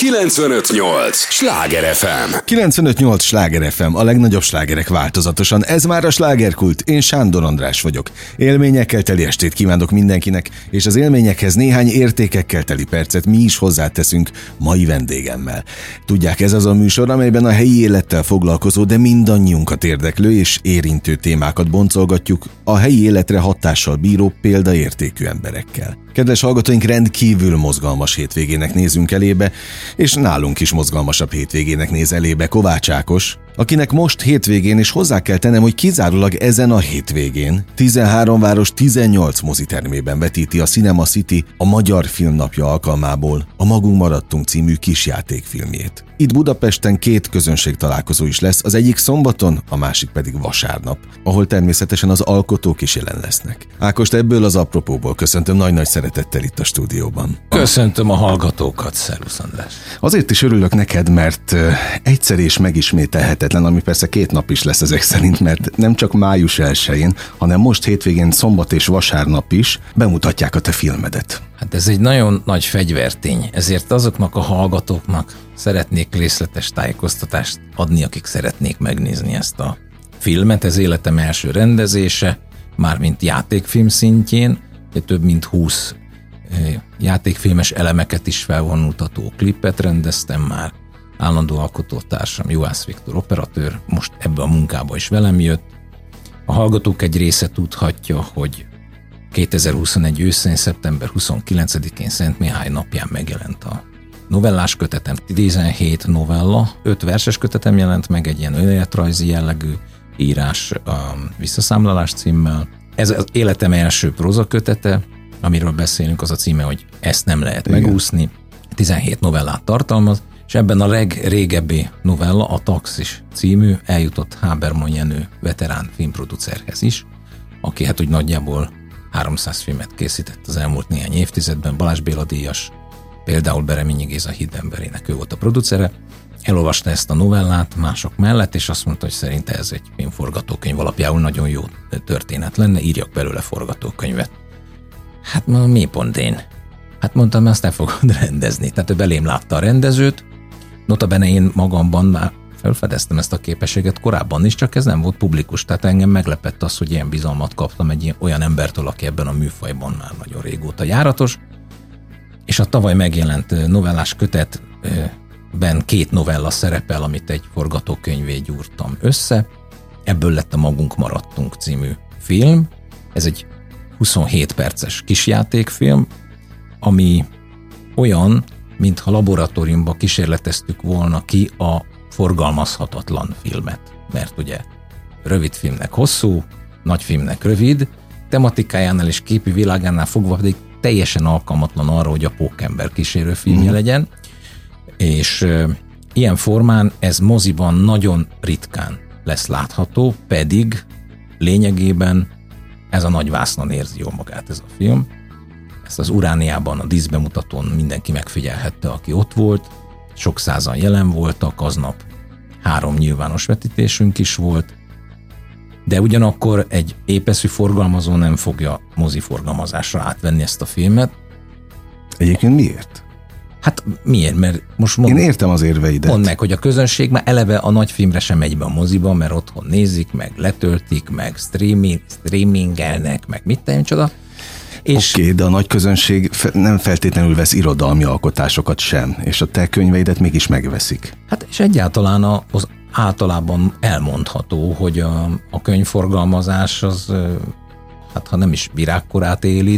95.8 Sláger FM. 95.8 Sláger FM, a legnagyobb slágerek változatosan. Ez már a Slágerkult. Én Sándor András vagyok. Élményekkel teli estét kívánok mindenkinek, és az élményekhez néhány értékekkel teli percet mi is hozzáteszünk mai vendégemmel. Tudják, ez az a műsor, amelyben a helyi élettel foglalkozó, de mindannyiunkat érdeklő és érintő témákat boncolgatjuk a helyi életre hatással bíró példaértékű emberekkel. Kedves hallgatóink, rendkívül mozgalmas hétvégének nézünk elébe, és nálunk is mozgalmasabb hétvégének néz elébe Kovács Ákos, akinek most hétvégén, és hozzá kell tennem, hogy kizárólag ezen a hétvégén 13 város 18 mozitermében vetíti a Cinema City a Magyar Filmnapja alkalmából a Magunk maradtunk című kisjátékfilmjét. Itt Budapesten 2 közönségtalálkozó is lesz, az egyik szombaton, a másik pedig vasárnap, ahol természetesen az alkotók is jelen lesznek. Ákost ebből az apropóból köszöntöm nagy-nagy szeretettel itt a stúdióban. Köszöntöm a hallgatókat, szervusz András. Azért is örülök neked, mert egyszer és megismételhetetlen, ami persze 2 nap is lesz ezek szerint, mert nem csak május 1-én, hanem most hétvégén szombat és vasárnap is bemutatják a te filmedet. Hát ez egy nagyon nagy fegyvertény, ezért azoknak a hallgatóknak szeretnék részletes tájékoztatást adni, akik szeretnék megnézni ezt a filmet. Ez életem első rendezése, mármint játékfilm szintjén, több mint 20 játékfilmes elemeket is felvonultató klipet rendeztem már. Állandó alkotótársam Juhász Viktor operatőr most ebbe a munkába is velem jött. A hallgatók egy része tudhatja, hogy 2021 őszén, szeptember 29-én Szent Mihály napján megjelent a novellás kötetem. 17 novella, 5 verses kötetem jelent meg, egy ilyen önéletrajzi jellegű írás a Visszaszámlálás címmel. Ez az életem első prózakötete, amiről beszélünk, az a címe, hogy Ezt nem lehet megúszni. 17 novellát tartalmaz, és ebben a legrégebbi novella, a Taxis című, eljutott Háberman Jenő veterán filmproducerhez is, aki hát úgy nagyjából 300 filmet készített az elmúlt néhány évtizedben, Balázs Béla díjas, például Bereményi Géza Hídemberének ő volt a producere. Elolvasta ezt a novellát mások mellett, és azt mondta, hogy szerinte ez egy filmforgatókönyv alapjául nagyon jó történet lenne, írjak belőle forgatókönyvet. Hát mi pont én? Hát mondtam, azt el fogod rendezni. Tehát ő belém látta a rendezőt, notabene én magamban már felfedeztem ezt a képességet korábban is, csak ez nem volt publikus, tehát engem meglepett az, hogy ilyen bizalmat kaptam egy olyan embertől, aki ebben a műfajban már nagyon régóta járatos, és a tavaly megjelent novellás kötetben 2 novella szerepel, amit egy forgatókönyvé gyúrtam össze, ebből lett a Magunk maradtunk című film. Ez egy 27 perces kisjátékfilm, ami olyan, mintha laboratóriumban kísérleteztük volna ki a forgalmazhatatlan filmet. Mert ugye rövid filmnek hosszú, nagy filmnek rövid, tematikájánál és képi világánál fogva pedig teljesen alkalmatlan arra, hogy a pókember kísérőfilmje legyen, és ilyen formán ez moziban nagyon ritkán lesz látható, pedig lényegében ez a nagy vásznon érzi jól magát ez a film. Ezt az Urániában, a díszbemutatón mindenki megfigyelhette, aki ott volt, sok százan jelen voltak, aznap 3 nyilvános vetítésünk is volt, de ugyanakkor egy épeszű forgalmazó nem fogja moziforgalmazásra átvenni ezt a filmet. Egyébként miért? Hát miért? Mert most én értem az érveidet. Mondd meg, hogy a közönség már eleve a nagy filmre sem megy be a moziba, mert otthon nézik, meg letöltik, meg streamingelnek, meg mit tenni csoda. Oké, de a nagy közönség nem feltétlenül vesz irodalmi alkotásokat sem, és a te könyveidet mégis megveszik. Hát és egyáltalán az általában elmondható, hogy a könyvforgalmazás az, hát ha nem is virágkorát éli,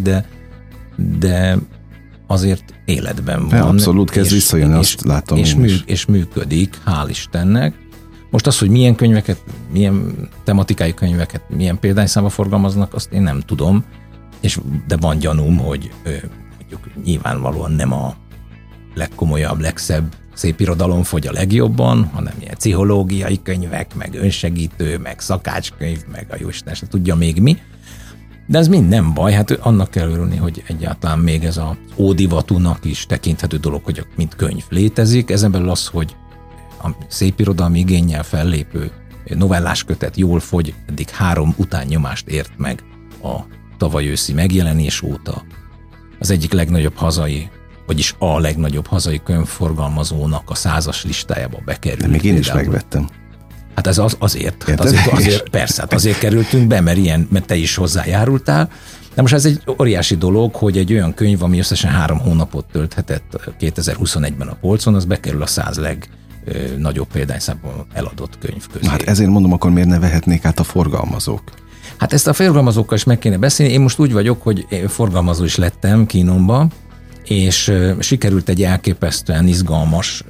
de azért életben van. Abszolút kezd visszajönni, azt látom és működik, hál' Istennek. Most az, hogy milyen könyveket, milyen tematikai könyveket, milyen példányszámba forgalmaznak, azt én nem tudom, de van gyanúm, hogy mondjuk nyilvánvalóan nem a legkomolyabb, legszebb szépirodalom fogy a legjobban, hanem ilyen pszichológiai könyvek, meg önsegítő, meg szakácskönyv, meg a jóisten se tudja még mi. De ez mind nem baj, hát annak kell örülni, hogy egyáltalán még ez az ódivatúnak is tekinthető dolog, hogy mint könyv létezik. Ezen belül az, hogy a szépirodalmi igénnyel fellépő novellás kötet jól fogy, eddig 3 utánnyomást ért meg a tavaly őszi megjelenés óta. Az egyik legnagyobb hazai vagyis a legnagyobb hazai könyvforgalmazónak a 100-as listájába bekerült. De még én is megvettem. Hát ez azért persze, hát azért kerültünk be, mert te is hozzájárultál. De most ez egy óriási dolog, hogy egy olyan könyv, ami összesen 3 hónapot tölthetett 2021-ben a polcon, az bekerül a 100 legnagyobb példányszámban eladott könyv közé. Hát ezért mondom, akkor miért ne vehetnék át a forgalmazók? Hát ezt a forgalmazókkal is meg kéne beszélni. Én most úgy vagyok, hogy forgalmazó is lettem kínomba, és sikerült egy elképesztően izgalmas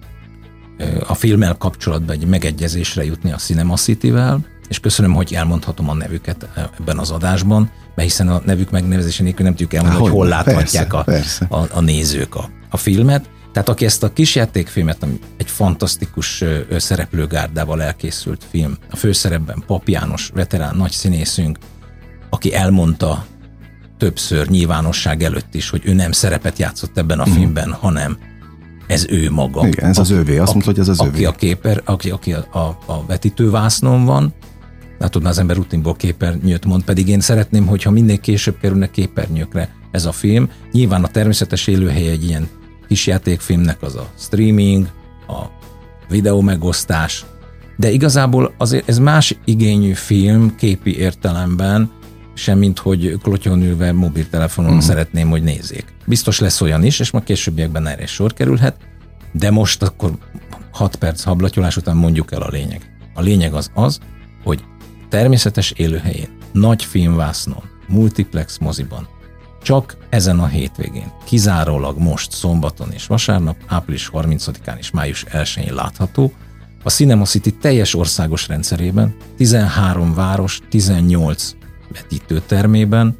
a filmmel kapcsolatban egy megegyezésre jutni a Cinema City-vel, és köszönöm, hogy elmondhatom a nevüket ebben az adásban, mert hiszen a nevük megnevezése nélkül nem tudjuk elmondani, hogy hol láthatják a nézők a filmet. Tehát aki ezt a kisjátékfilmet, ami egy fantasztikus szereplőgárdával elkészült film, a főszerepben Pap János, veterán nagy színészünk, aki elmondta többször nyilvánosság előtt is, hogy ő nem szerepet játszott ebben a filmben, hanem ez ő maga. Igen, ez az övé, azt mondta, hogy ez az övé. Aki a vetítővásznon van, látod, már az ember rutinból képernyőt mond, pedig én szeretném, hogyha minél később kerülne képernyőkre ez a film. Nyilván a természetes élőhelye egy ilyen kisjátékfilmnek az a streaming, a videó megosztás, de igazából azért ez más igényű film képi értelemben, semmint hogy klotyon ülve mobiltelefonon szeretném, hogy nézzék. Biztos lesz olyan is, és majd későbbiekben erre sor kerülhet, de most akkor 6 perc hablatyolás után mondjuk el a lényeg. A lényeg az, hogy természetes élőhelyén, nagy filmvásznon, multiplex moziban, csak ezen a hétvégén, kizárólag most szombaton és vasárnap, április 30-án és május 1-én látható, a Cinema City teljes országos rendszerében, 13 város, 18 vetítőtermében,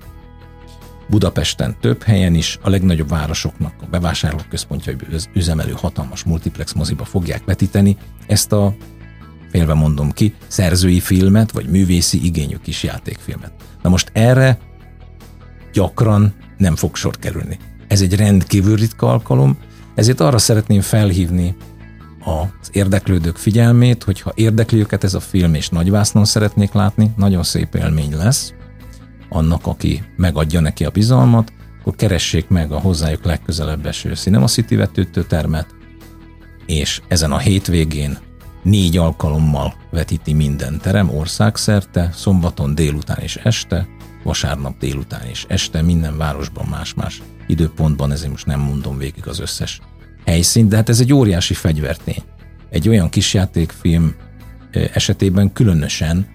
Budapesten több helyen is, a legnagyobb városoknak a bevásárlóközpontjai üzemelő hatalmas multiplex moziba fogják vetíteni ezt a, félve mondom ki, szerzői filmet, vagy művészi igényű kis játékfilmet. Na most erre gyakran nem fog sor kerülni. Ez egy rendkívül ritka alkalom, ezért arra szeretném felhívni az érdeklődők figyelmét, hogyha érdekli őket ez a film, és nagyvásznon szeretnék látni, nagyon szép élmény lesz annak, aki megadja neki a bizalmat, akkor keressék meg a hozzájuk legközelebb eső Cinema City vetítőtermet, és ezen a hétvégén 4 alkalommal vetíti minden terem országszerte, szombaton délután és este, vasárnap délután és este, minden városban más-más időpontban, ezért most nem mondom végig az összes helyszínt, de hát ez egy óriási fegyvertény. Egy olyan kisjátékfilm esetében különösen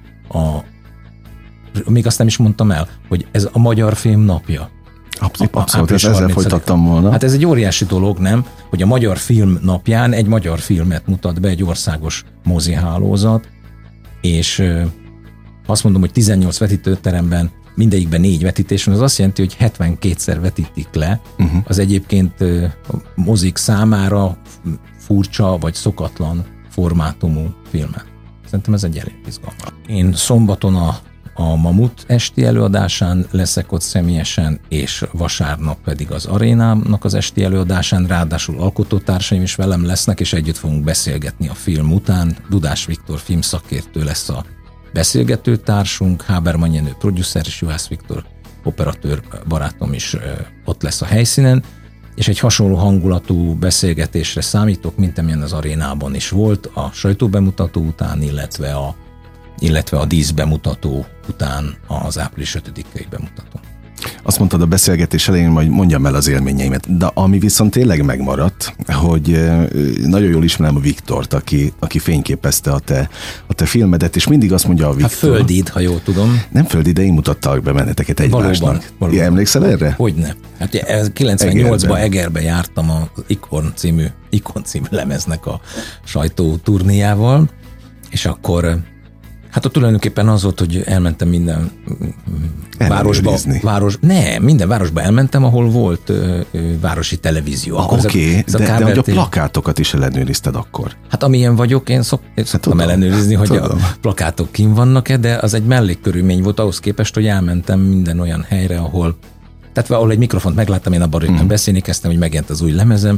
még azt nem is mondtam el, hogy ez a magyar film napja. Abszolút, ezzel folytattam volna. Hát ez egy óriási dolog, nem? Hogy a magyar film napján egy magyar filmet mutat be egy országos mozihálózat, és azt mondom, hogy 18 vetítőteremben mindegyikben 4 vetítés van, az azt jelenti, hogy 72-szer vetítik le az egyébként mozik számára furcsa vagy szokatlan formátumú filmet. Szerintem ez egy elég izgalmas. Én szombaton a Mamut esti előadásán leszek ott személyesen, és vasárnap pedig az Arénának az esti előadásán, ráadásul alkotótársaim is velem lesznek, és együtt fogunk beszélgetni a film után. Dudás Viktor filmszakértő lesz a beszélgető társunk, Háberman Jenő producer és Juhász Viktor operatőr barátom is ott lesz a helyszínen, és egy hasonló hangulatú beszélgetésre számítok, mint amilyen az Arénában is volt, a sajtóbemutató után, illetve a díszbemutató után az április 5-i bemutató. Azt mondtad a beszélgetés elején, majd mondjam el az élményeimet, de ami viszont tényleg megmaradt, hogy nagyon jól ismerem a Viktort, aki fényképezte a te filmedet, és mindig azt mondja a Viktor. Hát Földid, ha jól tudom. Nem Földid, de én mutattalak be benneteket egymásnak. Valóban. Emlékszel erre? Hogyne. Hát 98-ban Egerbe jártam az Ikon című lemeznek a sajtóturnéjával, és akkor hát ott tulajdonképpen az volt, hogy elmentem minden városba. Minden városba elmentem, ahol volt városi televízió. Oké, de hogy a plakátokat is ellenőrizted akkor. Hát amilyen vagyok, én szoktam ellenőrizni, hogy a plakátok kin vannak-e, de az egy mellékkörülmény volt ahhoz képest, hogy elmentem minden olyan helyre, ahol egy mikrofont megláttam, én abban rögtön beszélni kezdtem, hogy megjelent az új lemezem,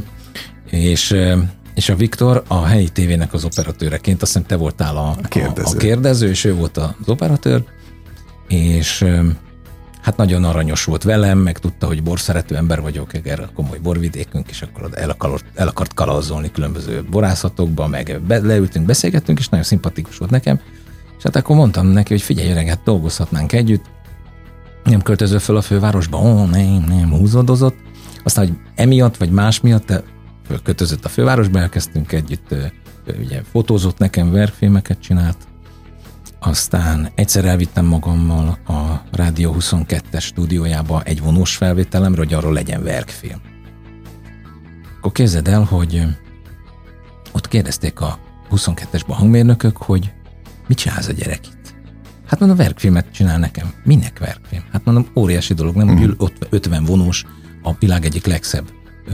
és a Viktor a helyi tévének az operatőreként, azt hiszem te voltál a kérdező, és ő volt az operatőr, és Hát nagyon aranyos volt velem, meg tudta, hogy borszerető ember vagyok, erre komoly borvidékünk, és akkor el akart kalauzolni különböző borászatokba, meg leültünk, beszélgettünk, és nagyon szimpatikus volt nekem. És hát akkor mondtam neki, hogy figyelj öreg, hát dolgozhatnánk együtt, nem költözöl fel a fővárosba, nem, húzódozott. Aztán, hogy emiatt, vagy más miatt fölköltözött a fővárosba, elkezdtünk együtt, ugye fotózott nekem, verkfilmeket csinált. Aztán egyszer elvittem magammal a Rádió 22-es stúdiójába egy vonós felvételemre, hogy arról legyen verkfilm. Akkor képzeld el, hogy ott kérdezték a 22-esben hangmérnökök, hogy mit csinálsz a gyerek itt? Hát mondom, verkfilmet csinál nekem. Minek verkfilm? Hát mondom, óriási dolog, nem, hogy ott 50 vonós a világ egyik legszebb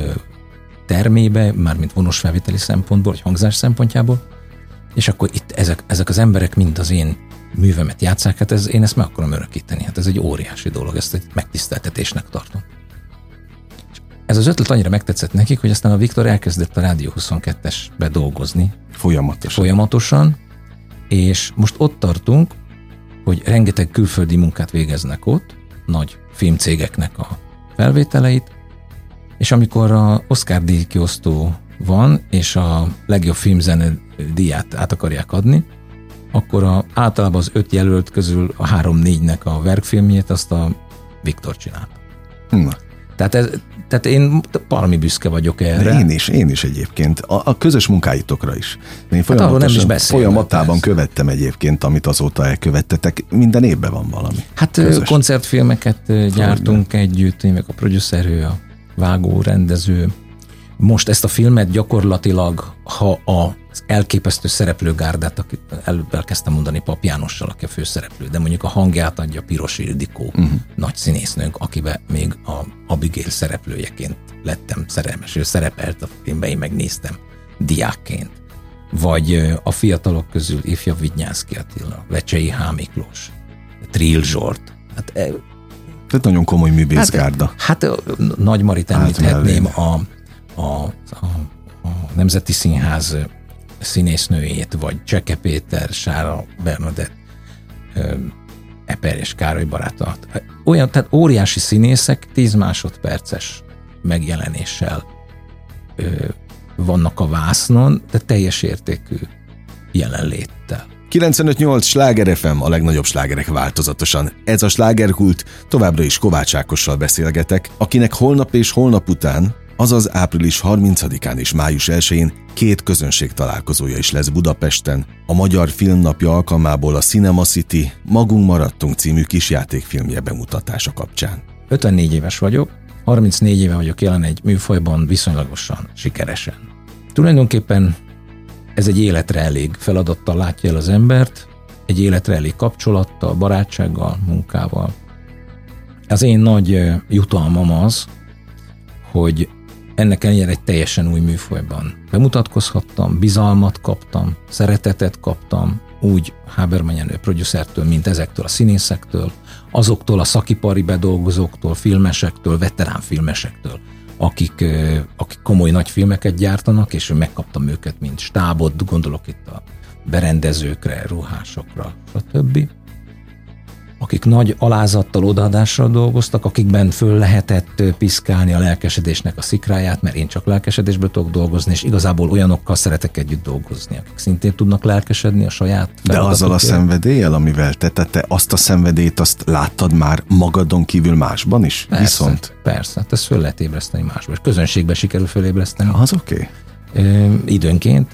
termébe, mármint vonós felvételi szempontból, vagy hangzás szempontjából, és akkor itt ezek az emberek mind az én művemet játsszák, hát én ezt meg akarom örökíteni, hát ez egy óriási dolog, ezt egy megtiszteltetésnek tartom. És ez az ötlet annyira megtetszett nekik, hogy aztán a Viktor elkezdett a Rádió 22-esbe dolgozni. Folyamatosan, és most ott tartunk, hogy rengeteg külföldi munkát végeznek ott, nagy filmcégeknek a felvételeit, és amikor a Oscar-díj kiosztó van, és a legjobb filmzene díját át akarják adni, akkor általában az 5 jelölt közül a 3-4-nek a verkfilmjét azt a Viktor csinálta. Na. Tehát én valami büszke vagyok erre. De én is egyébként. A közös munkáitokra is. Én folyamatában követtem egyébként, amit azóta elkövettetek. Minden évben van valami. Hát közös. Koncertfilmeket gyártunk együtt, én meg a producer, ő a vágó, rendező. Most ezt a filmet gyakorlatilag, ha az elképesztő szereplőgárdát, akit előbb elkezdtem mondani Pap Jánossal, aki a főszereplő, de mondjuk a hangját adja Piros Ildikó, nagy színésznőnk, akiben még a Abigail szereplőjeként lettem szerelmes. Ő szerepelt a filmben, én megnéztem diákként. Vagy a fiatalok közül ifjabb Vidnyánszky Attila, Vecsei H. Miklós, Trill Zsolt. Tehát nagyon komoly művészgárda. Hát Nagy Marit említhetném, a Nemzeti Színház színésznőjét, vagy Cseke Péter, Sára Bernadett, Eper és Károly barátot. Olyan, tehát óriási színészek 10 másodperces megjelenéssel vannak a vásznon, de teljes értékű jelenléttel. 95.8 Sláger FM, a legnagyobb slágerek változatosan. Ez a Slágerkult, továbbra is Kovács Ákossal beszélgetek, akinek holnap és holnap után, azaz április 30-án és május 1-én 2 közönség találkozója is lesz Budapesten. A Magyar Filmnapja alkalmából a Cinema City Magunk maradtunk című kisjátékfilmje bemutatása kapcsán. 54 éves vagyok, 34 éve vagyok jelen egy műfajban viszonylagosan sikeresen. Tulajdonképpen ez egy életre elég feladattal látja el az embert, egy életre elég kapcsolattal, barátsággal, munkával. Az én nagy jutalmam az, hogy ennek ellenére egy teljesen új műfajban bemutatkozhattam, bizalmat kaptam, szeretetet kaptam, úgy Habermann Jenő producertől, mint ezektől a színészektől, azoktól a szakipari bedolgozóktól, filmesektől, veterán filmesektől, akik komoly nagy filmeket gyártanak, és megkaptam őket, mint stábot, gondolok itt a berendezőkre, ruhásokra, stb. Akik nagy alázattal, odaadással dolgoztak, akikben föl lehetett piszkálni a lelkesedésnek a szikráját, mert én csak lelkesedésből tudok dolgozni, és igazából olyanokkal szeretek együtt dolgozni, akik szintén tudnak lelkesedni a saját feladatukért. De azzal a szenvedéllyel, amivel te azt a szenvedélyt, azt láttad már magadon kívül másban is? Persze, hát ezt föl lehet ébreszteni másban, és közönségben sikerül fölébreszteni. Az oké. Időnként.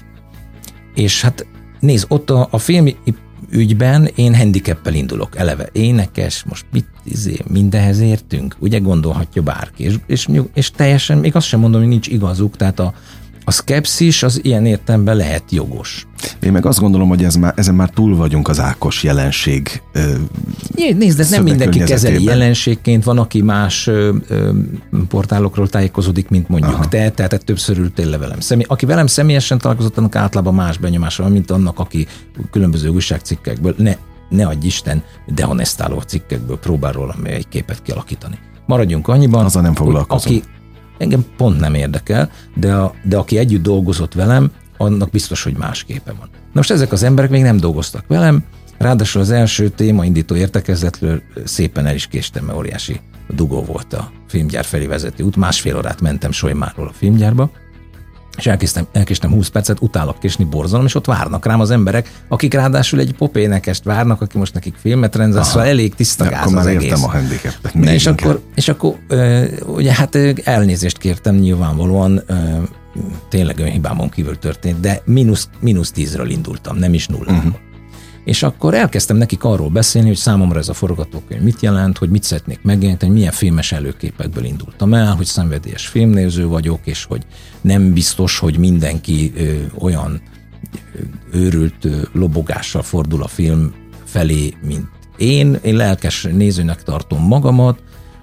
És hát nézd, ott a film ügyben én handicappel indulok eleve. Énekes, most mindenhez értünk? Ugye gondolhatja bárki. És teljesen, még azt sem mondom, hogy nincs igazuk, tehát a szkepszis az ilyen értelemben lehet jogos. Én meg azt gondolom, hogy ezen már túl vagyunk az Ákos jelenség. Nézd, ez nem mindenki kezeli jelenségként, van, aki más portálokról tájékozódik, mint mondjuk te, tehát többször ültél le velem. Aki velem személyesen találkozott, annak általában más benyomása van, mint annak, aki különböző újságcikkekből, ne adj Isten, dehonestáló cikkekből próbál róla egy képet kialakítani. Maradjunk annyiban, azzal nem foglalkozom. Aki engem pont nem érdekel, de aki együtt dolgozott velem, annak biztos, hogy más képe van. Na most ezek az emberek még nem dolgoztak velem, Ráadásul az első témaindító értekezletről szépen el is késtem, mert óriási dugó volt a filmgyár felé vezető út. 1,5 órát mentem Solymáról a filmgyárba, és elkéstem 20 percet, utálok késni, borzalom, és ott várnak rám az emberek, akik ráadásul egy popénekest várnak, aki most nekik filmet rendez, szóval elég tiszta gáz akkor az már egész. Értem a handicapet. És akkor ugye hát elnézést kértem, nyilvánvalóan tényleg önhibámon kívül történt, de mínusz 10-ről indultam, nem is 0-ról. És akkor elkezdtem nekik arról beszélni, hogy számomra ez a forgatókönyv mit jelent, hogy mit szeretnék megjelenteni, milyen filmes előképekből indultam el, hogy szenvedélyes filmnéző vagyok, és hogy nem biztos, hogy mindenki olyan őrült lobogással fordul a film felé, mint én. Én lelkes nézőnek tartom magamat.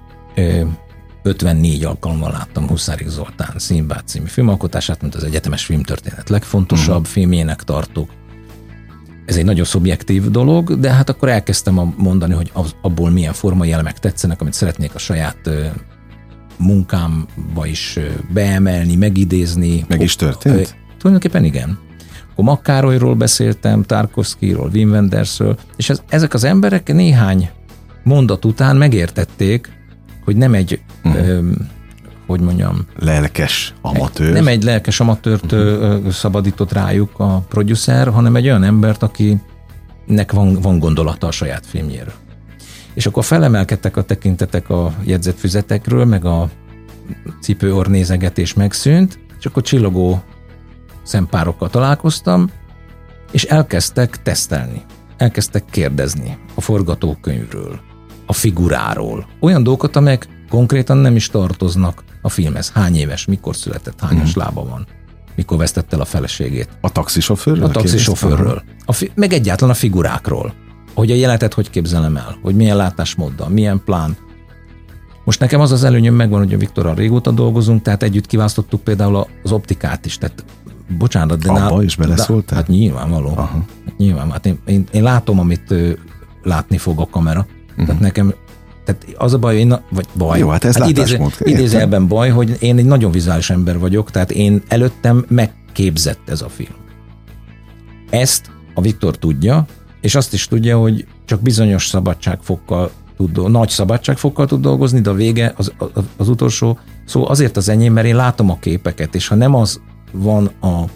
54 alkalommal láttam Huszárik Zoltán Színbád című filmalkotását, mint az egyetemes filmtörténet legfontosabb filmjének tartok. Ez egy nagyon szubjektív dolog, de hát akkor elkezdtem mondani, hogy abból milyen formai elemek tetszenek, amit szeretnék a saját munkámba is beemelni, megidézni. Meg is történt? Tulajdonképpen igen. Akkor Makkárolyról beszéltem, Tarkovszkyról, Wim Wendersről, és ezek az emberek néhány mondat után megértették, hogy nem egy, hogy mondjam... Lelkes amatőr. Nem egy lelkes amatőrt szabadított rájuk a producer, hanem egy olyan embert, akinek van gondolata a saját filmjéről. És akkor felemelkedtek a tekintetek a jegyzetfüzetekről, meg a cipőorrnézegetés megszűnt, és akkor csillogó szempárokkal találkoztam, és elkezdtek tesztelni. Elkezdtek kérdezni a forgatókönyvről, a figuráról. Olyan dolgokat, amelyek konkrétan nem is tartoznak a filmhez. Hány éves, mikor született, hányas lába van, mikor vesztette el a feleségét. A taxisofőrről? A taxisofőrről. Meg egyáltalán a figurákról. Hogy a jelenetet hogy képzelem el, hogy milyen látásmóddal, milyen plán. Most nekem az az előnyöm megvan, hogy a Viktorral régóta dolgozunk, tehát együtt kiválasztottuk például az optikát is. Tehát bocsánat, de abba is beleszóltál? Hát nyilvánvaló. Hát nyilván, hát én látom, amit látni fog a kamera. Tehát nekem, tehát az a baj, Jó, hát ez idézőjelben baj, hogy én egy nagyon vizuális ember vagyok, tehát én előttem megképzett ez a film. Ezt a Viktor tudja, és azt is tudja, hogy csak bizonyos nagy szabadságfokkal tud dolgozni, de a vége, az utolsó szó azért az enyém, mert én látom a képeket, és ha nem az van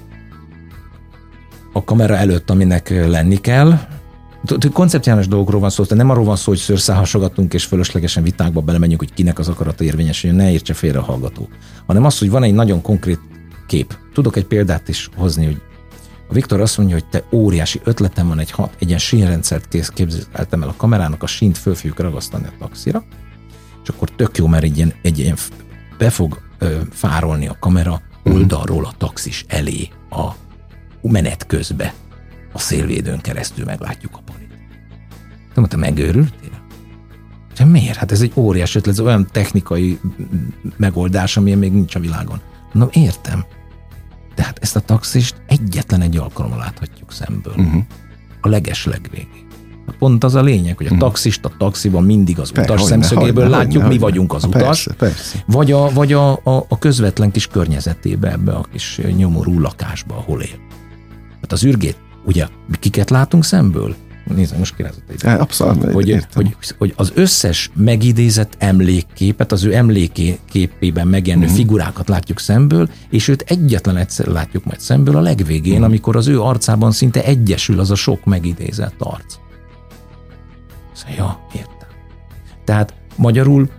a kamera előtt, aminek lenni kell, koncepciális dolgokról van szó, de nem arról van szó, hogy szőrszálhasogatunk és fölöslegesen vitákba belemenjünk, hogy kinek az akarata érvényesüljön, ne értse félre a hallgató, hanem az, hogy van egy nagyon konkrét kép. Tudok egy példát is hozni, hogy a Viktor azt mondja, hogy te óriási ötletem van, egy ilyen sínrendszert képzeltem el a kamerának, a sínt föl fogjuk ragasztani a taxira, és akkor tök jó, mert egy ilyen be fog fárolni a kamera oldalról a taxis elé a menet közbe. A szélvédőn keresztül meglátjuk a palit. De mondta, megőrültél? De miért? Hát ez egy óriási ötlet, ez olyan technikai megoldás, amilyen még nincs a világon. Mondom, értem. De hát ezt a taxist egyetlen egy alkalommal láthatjuk szemből. A legeslegvégén. Pont az a lényeg, hogy a taxist a taxiban mindig az utas szemszögéből látjuk, mi vagyunk az utas, persze. Vagy a közvetlen kis környezetébe, ebbe a kis nyomorú lakásba, ahol él. Hát az űrgét, ugye, kiket látunk szemből? Nézd, most kérdezett. Abszolút, hogy az összes megidézett emlékképet, az ő emlékképében megjelenő figurákat látjuk szemből, és őt egyetlen egyszer látjuk majd szemből a legvégén, amikor az ő arcában szinte egyesül az a sok megidézett arc. Szóval, ja, értem. Tehát magyarul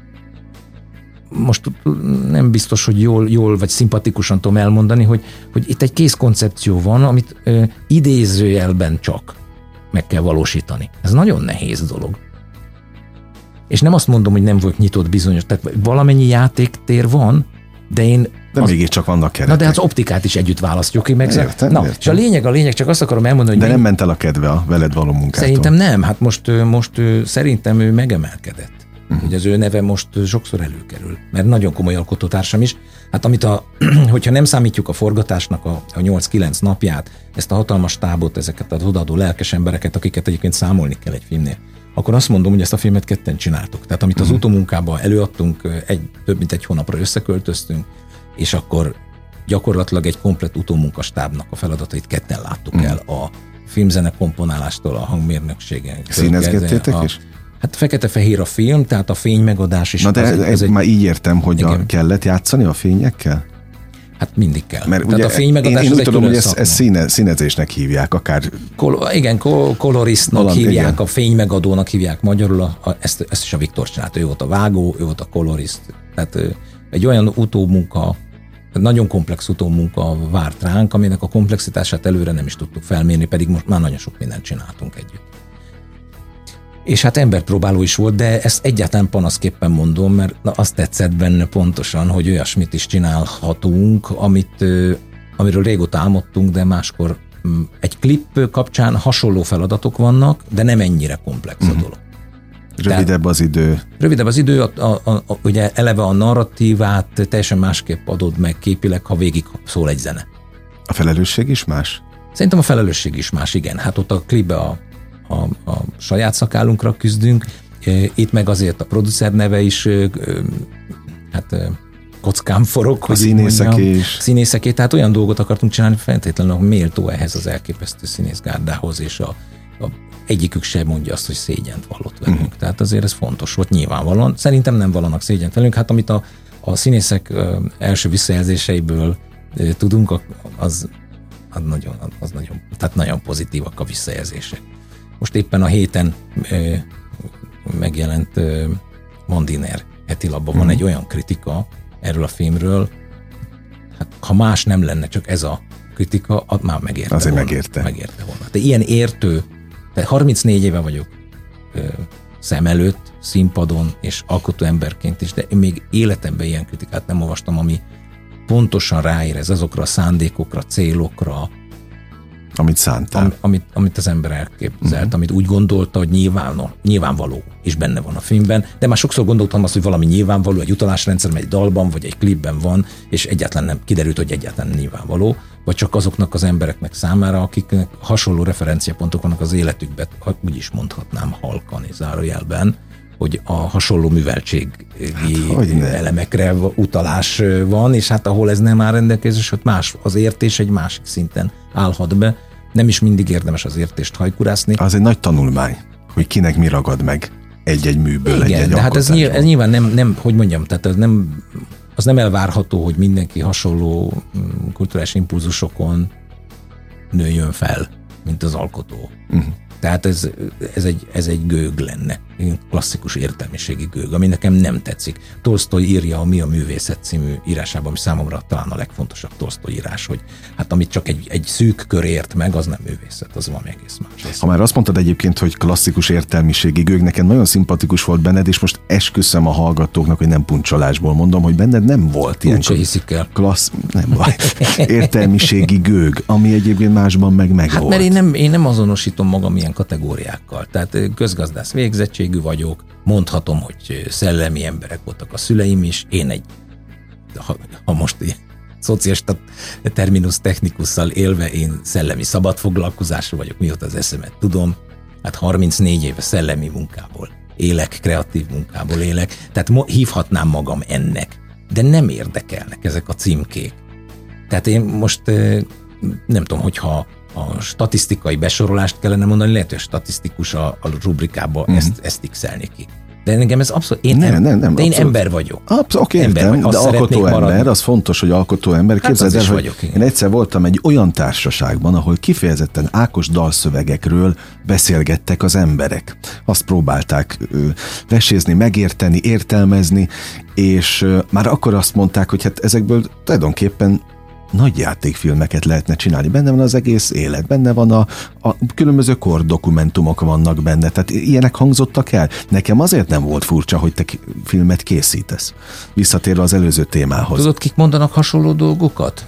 most nem biztos, hogy jól vagy szimpatikusan tudom elmondani, hogy itt egy kész koncepció van, amit idézőjelben csak meg kell valósítani. Ez nagyon nehéz dolog. És nem azt mondom, hogy nem vagyok nyitott bizonyos, tehát valamennyi játéktér van, de mégiscsak vannak keretek. Na de az optikát is együtt választjuk. Értem. És a lényeg, csak azt akarom elmondani, hogy... De nem ment el a kedve a veled való munkától. Szerintem nem, hát most szerintem ő megemelkedett. Hogy az ő neve most sokszor előkerül, mert nagyon komoly alkotótársam is. Hát hogyha nem számítjuk a forgatásnak a 8-9 napját, ezt a hatalmas tábot, ezeket az odaadó lelkes embereket, akiket egyébként számolni kell egy filmnél, akkor azt mondom, hogy ezt a filmet ketten csináltuk. Tehát amit az utómunkában előadtunk, több mint egy hónapra összeköltöztünk, és akkor gyakorlatilag egy komplett utómunkastábnak a feladatait ketten láttuk el a filmzene komponálástól, a hangmérnökségen. Színezgettétek is? Hát fekete-fehér a film, tehát a fény megadás is. Na de már így értem, hogy kellett játszani a fényekkel? Hát mindig kell. Mert tehát ugye a fénymegadás én úgy tudom, hogy ezt színezésnek hívják, akár... Koloristnak hívják, a fénymegadónak hívják magyarul, ezt is a Viktor csinálta. Ő volt a vágó, ő volt a kolorist. Tehát egy olyan utómunka, nagyon komplex utómunka várt ránk, aminek a komplexitását előre nem is tudtuk felmérni, pedig most már nagyon sok mindent csináltunk együtt. És hát emberpróbáló is volt, de ezt egyáltalán panaszképpen mondom, mert azt tetszett benne pontosan, hogy olyasmit is csinálhatunk, amiről régóta álmodtunk, de máskor egy klip kapcsán hasonló feladatok vannak, de nem ennyire komplex a dolog. Rövidebb az idő. Rövidebb az idő, ugye eleve a narratívát teljesen másképp adod meg képileg, ha végig szól egy zene. A felelősség is más? Szerintem a felelősség is más, igen. Hát ott a klipbe a saját szakállunkra küzdünk, itt meg azért a producer neve is kockán forog, a színészeké, tehát olyan dolgot akartunk csinálni, feltétlenül méltó ehhez az elképesztő színészgárdához, és egyikük sem mondja azt, hogy szégyent vallott velünk. Tehát azért ez fontos volt nyilvánvalóan. Szerintem nem vallanak szégyent velünk, hát amit a színészek első visszajelzéseiből tudunk, az nagyon pozitívak a visszajelzések. Most éppen a héten megjelent Mandiner heti lapban van egy olyan kritika erről a filmről, hát ha más nem lenne, csak ez a kritika, már megérte azért volna. Megérte volna. De ilyen értő, de 34 éve vagyok szem előtt, színpadon és alkotó emberként is, de én még életemben ilyen kritikát nem olvastam, ami pontosan ráérez azokra a szándékokra, célokra, amit szántál. Amit az ember elképzelt, amit úgy gondolta, hogy nyilvánvaló, és benne van a filmben, de már sokszor gondoltam azt, hogy valami nyilvánvaló, egy utalásrendszer, egy dalban, vagy egy klipben van, és egyáltalán nem kiderült, hogy egyáltalán nyilvánvaló, vagy csak azoknak az embereknek számára, akiknek hasonló referenciapontok vannak az életükben, úgy is mondhatnám halkan és zárójelben, hogy a hasonló műveltségi elemekre utalás van, és hát ahol ez nem áll rendelkezés, hogy más az értés egy másik szinten állhat be. Nem is mindig érdemes az értést hajkurászni. Az egy nagy tanulmány, hogy kinek mi ragad meg egy-egy műből, igen, egy-egy de hát ez nyilván nem, hogy mondjam, tehát az nem elvárható, hogy mindenki hasonló kulturális impulzusokon nőjön fel, mint az alkotó. Tehát ez egy gőg lenne, egy klasszikus értelmiségi gőg, ami nekem nem tetszik. Tolsztoj írja a Mi a művészet című írásában, ami számomra talán a legfontosabb Tolsztoj írás, hogy hát amit csak egy szűk kör ért meg, az nem művészet, az valami egész más. Ha már azt mondtad egyébként, hogy klasszikus értelmiségi gőg, nekem nagyon szimpatikus volt benned, és most esküszöm a hallgatóknak, hogy nem puncsolásból mondom, hogy benned nem volt ilyen. Úgy hiszik el. Nem baj. Értelmiségi gőg, ami egyébként másban meg hát volt. Mert én nem azonosítom magam ilyen kategóriákkal. Tehát közgazdász végzettségű vagyok, mondhatom, hogy szellemi emberek voltak a szüleim is, én ha most ilyen szocialista terminus technikusszal élve, én szellemi szabadfoglalkozású vagyok, mióta az eszemet tudom, hát 34 éve szellemi munkából élek, kreatív munkából élek, tehát hívhatnám magam ennek, de nem érdekelnek ezek a címkék. Tehát én most nem tudom, hogyha a statisztikai besorolást kellene mondani, lehet, hogy a statisztikus a rubrikába ezt x-elni ki. De engem ez abszolút, én ember vagyok. Oké, értem, de alkotó ember, az fontos, hogy alkotó ember. Hát képzeld el, hogy vagyok, én egyszer voltam egy olyan társaságban, ahol kifejezetten Ákos dalszövegekről beszélgettek az emberek. Azt próbálták vesézni, megérteni, értelmezni, és már akkor azt mondták, hogy hát ezekből tulajdonképpen nagy játékfilmeket lehetne csinálni. Benne van az egész élet, benne van a különböző kordokumentumok vannak benne, tehát ilyenek hangzottak el. Nekem azért nem volt furcsa, hogy te filmet készítesz. Visszatérve az előző témához. Tudod, kik mondanak hasonló dolgokat?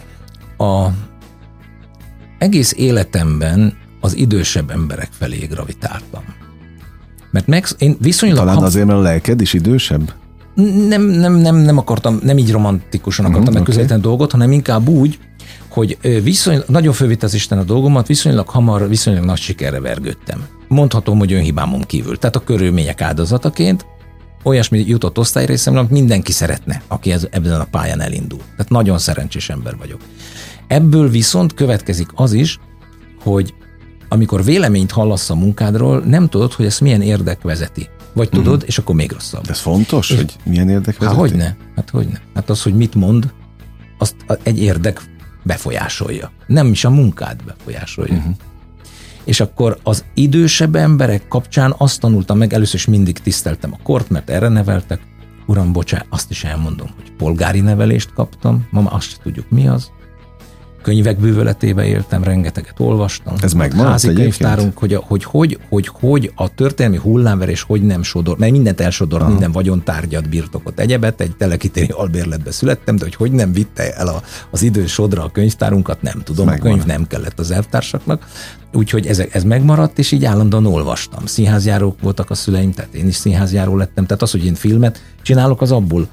Egész életemben az idősebb emberek felé gravitáltam. Mert én viszonylag... Talán azért, mert a lelked is idősebb? Nem akartam, nem így romantikusan akartam megközelíteni dolgot, hanem inkább úgy, hogy nagyon fölvitt az Isten a dolgomat, viszonylag hamar, viszonylag nagy sikerre vergődtem. Mondhatom, hogy önhibámon kívül. Tehát a körülmények áldozataként olyasmi jutott osztályrészemre, amit mindenki szeretne, aki ebben a pályán elindul. Tehát nagyon szerencsés ember vagyok. Ebből viszont következik az is, hogy amikor véleményt hallasz a munkádról, nem tudod, hogy ezt milyen érdek vezeti. Vagy tudod, és akkor még rosszabb. De ez fontos, hogy milyen érdek vezeti? Hogyne. Hát az, hogy mit mond, azt egy érdek befolyásolja. Nem is a munkád befolyásolja. És akkor az idősebb emberek kapcsán azt tanultam meg, először is mindig tiszteltem a kort, mert erre neveltek. Uram, bocsánat, azt is elmondom, hogy polgári nevelést kaptam, ma már azt se tudjuk mi az. Könyvek bűvöletébe éltem, rengeteget olvastam. Ez megmaradt házi könyvtárunk, hogy a történelmi hullámverés hogy nem sodor, mert mindent elsodort, minden vagyontárgyat, birtokot, egyebet, egy telekitéri albérletbe születtem, de hogy nem vitte el az idő sodra a könyvtárunkat, nem tudom, a könyv nem kellett az elvtársaknak, úgyhogy ez megmaradt, és így állandóan olvastam. Színházjárók voltak a szüleim, tehát én is színházjáró lettem, tehát az, hogy én filmet csinálok, az abból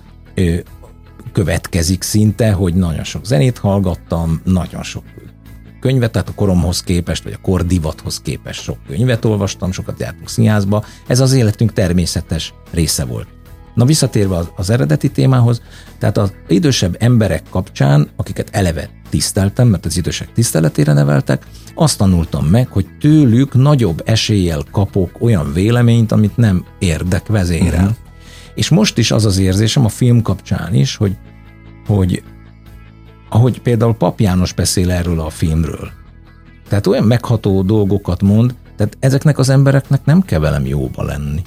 következik szinte, hogy nagyon sok zenét hallgattam, nagyon sok könyvet, tehát a koromhoz képest, vagy a kor divathoz képest sok könyvet olvastam, sokat jártunk színházba, ez az életünk természetes része volt. Na visszatérve az eredeti témához, tehát az idősebb emberek kapcsán, akiket eleve tiszteltem, mert az idősek tiszteletére neveltek, azt tanultam meg, hogy tőlük nagyobb eséllyel kapok olyan véleményt, amit nem érdek vezérel. És most is az az érzésem a film kapcsán is, hogy ahogy például Pap János beszél erről a filmről, tehát olyan megható dolgokat mond, tehát ezeknek az embereknek nem kell velem jóba lenni.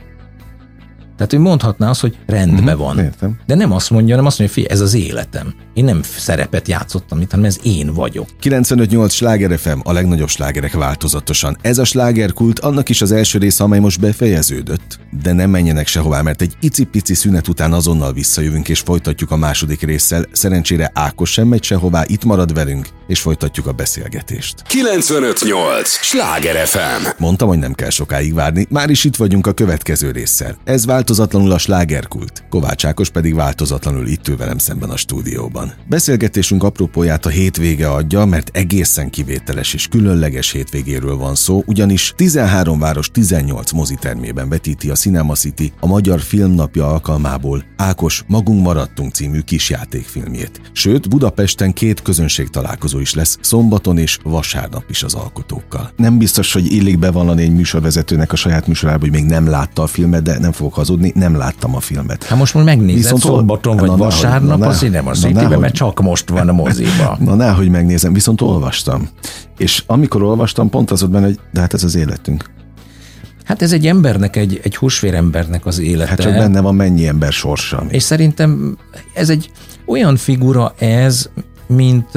Tehát ő mondhatná azt, hogy rendben van. Értem. De nem azt mondja, hanem azt mondja, hogy ez az életem. Én nem szerepet játszottam itt, hanem ez én vagyok. 95.8 Sláger FM, a legnagyobb slágerek változatosan. Ez a slágerkult, annak is az első része, amely most befejeződött. De nem menjenek sehová, mert egy icipici szünet után azonnal visszajövünk és folytatjuk a második résszel. Szerencsére Ákos sem megy sehová, itt marad velünk, és folytatjuk a beszélgetést. 95.8 Sláger FM. Mondtam, hogy nem kell sokáig várni, már is itt vagyunk a következő résszel. Ez változatlanul a slágerkult. Kovács Ákos pedig változatlanul itt ül velem szemben a stúdióban. Beszélgetésünk apropóját a hétvége adja, mert egészen kivételes és különleges hétvégéről van szó, ugyanis 13 város 18 mozitermében vetíti a Cinema City a Magyar Filmnapja alkalmából Ákos Magunk maradtunk című kisjátékfilmjét. Sőt, Budapesten 2 közönségtalálkozó is lesz, szombaton és vasárnap is az alkotókkal. Nem biztos, hogy illik bevallani egy műsorvezetőnek a saját műsorában, hogy még nem látta a filmet, de nem fogok hazudni, nem láttam a filmet. Hát most megnézed, viszont szombaton vagy vasárnap a Cinema Cityben, mert csak most van a moziba. Na, nehogy megnézem, viszont olvastam. És amikor olvastam, pont az volt benne, hogy de hát ez az életünk. Hát ez egy embernek, egy húsvérembernek az élete. Hát csak benne van mennyi ember sorsa. És szerintem ez egy olyan figura ez, mint,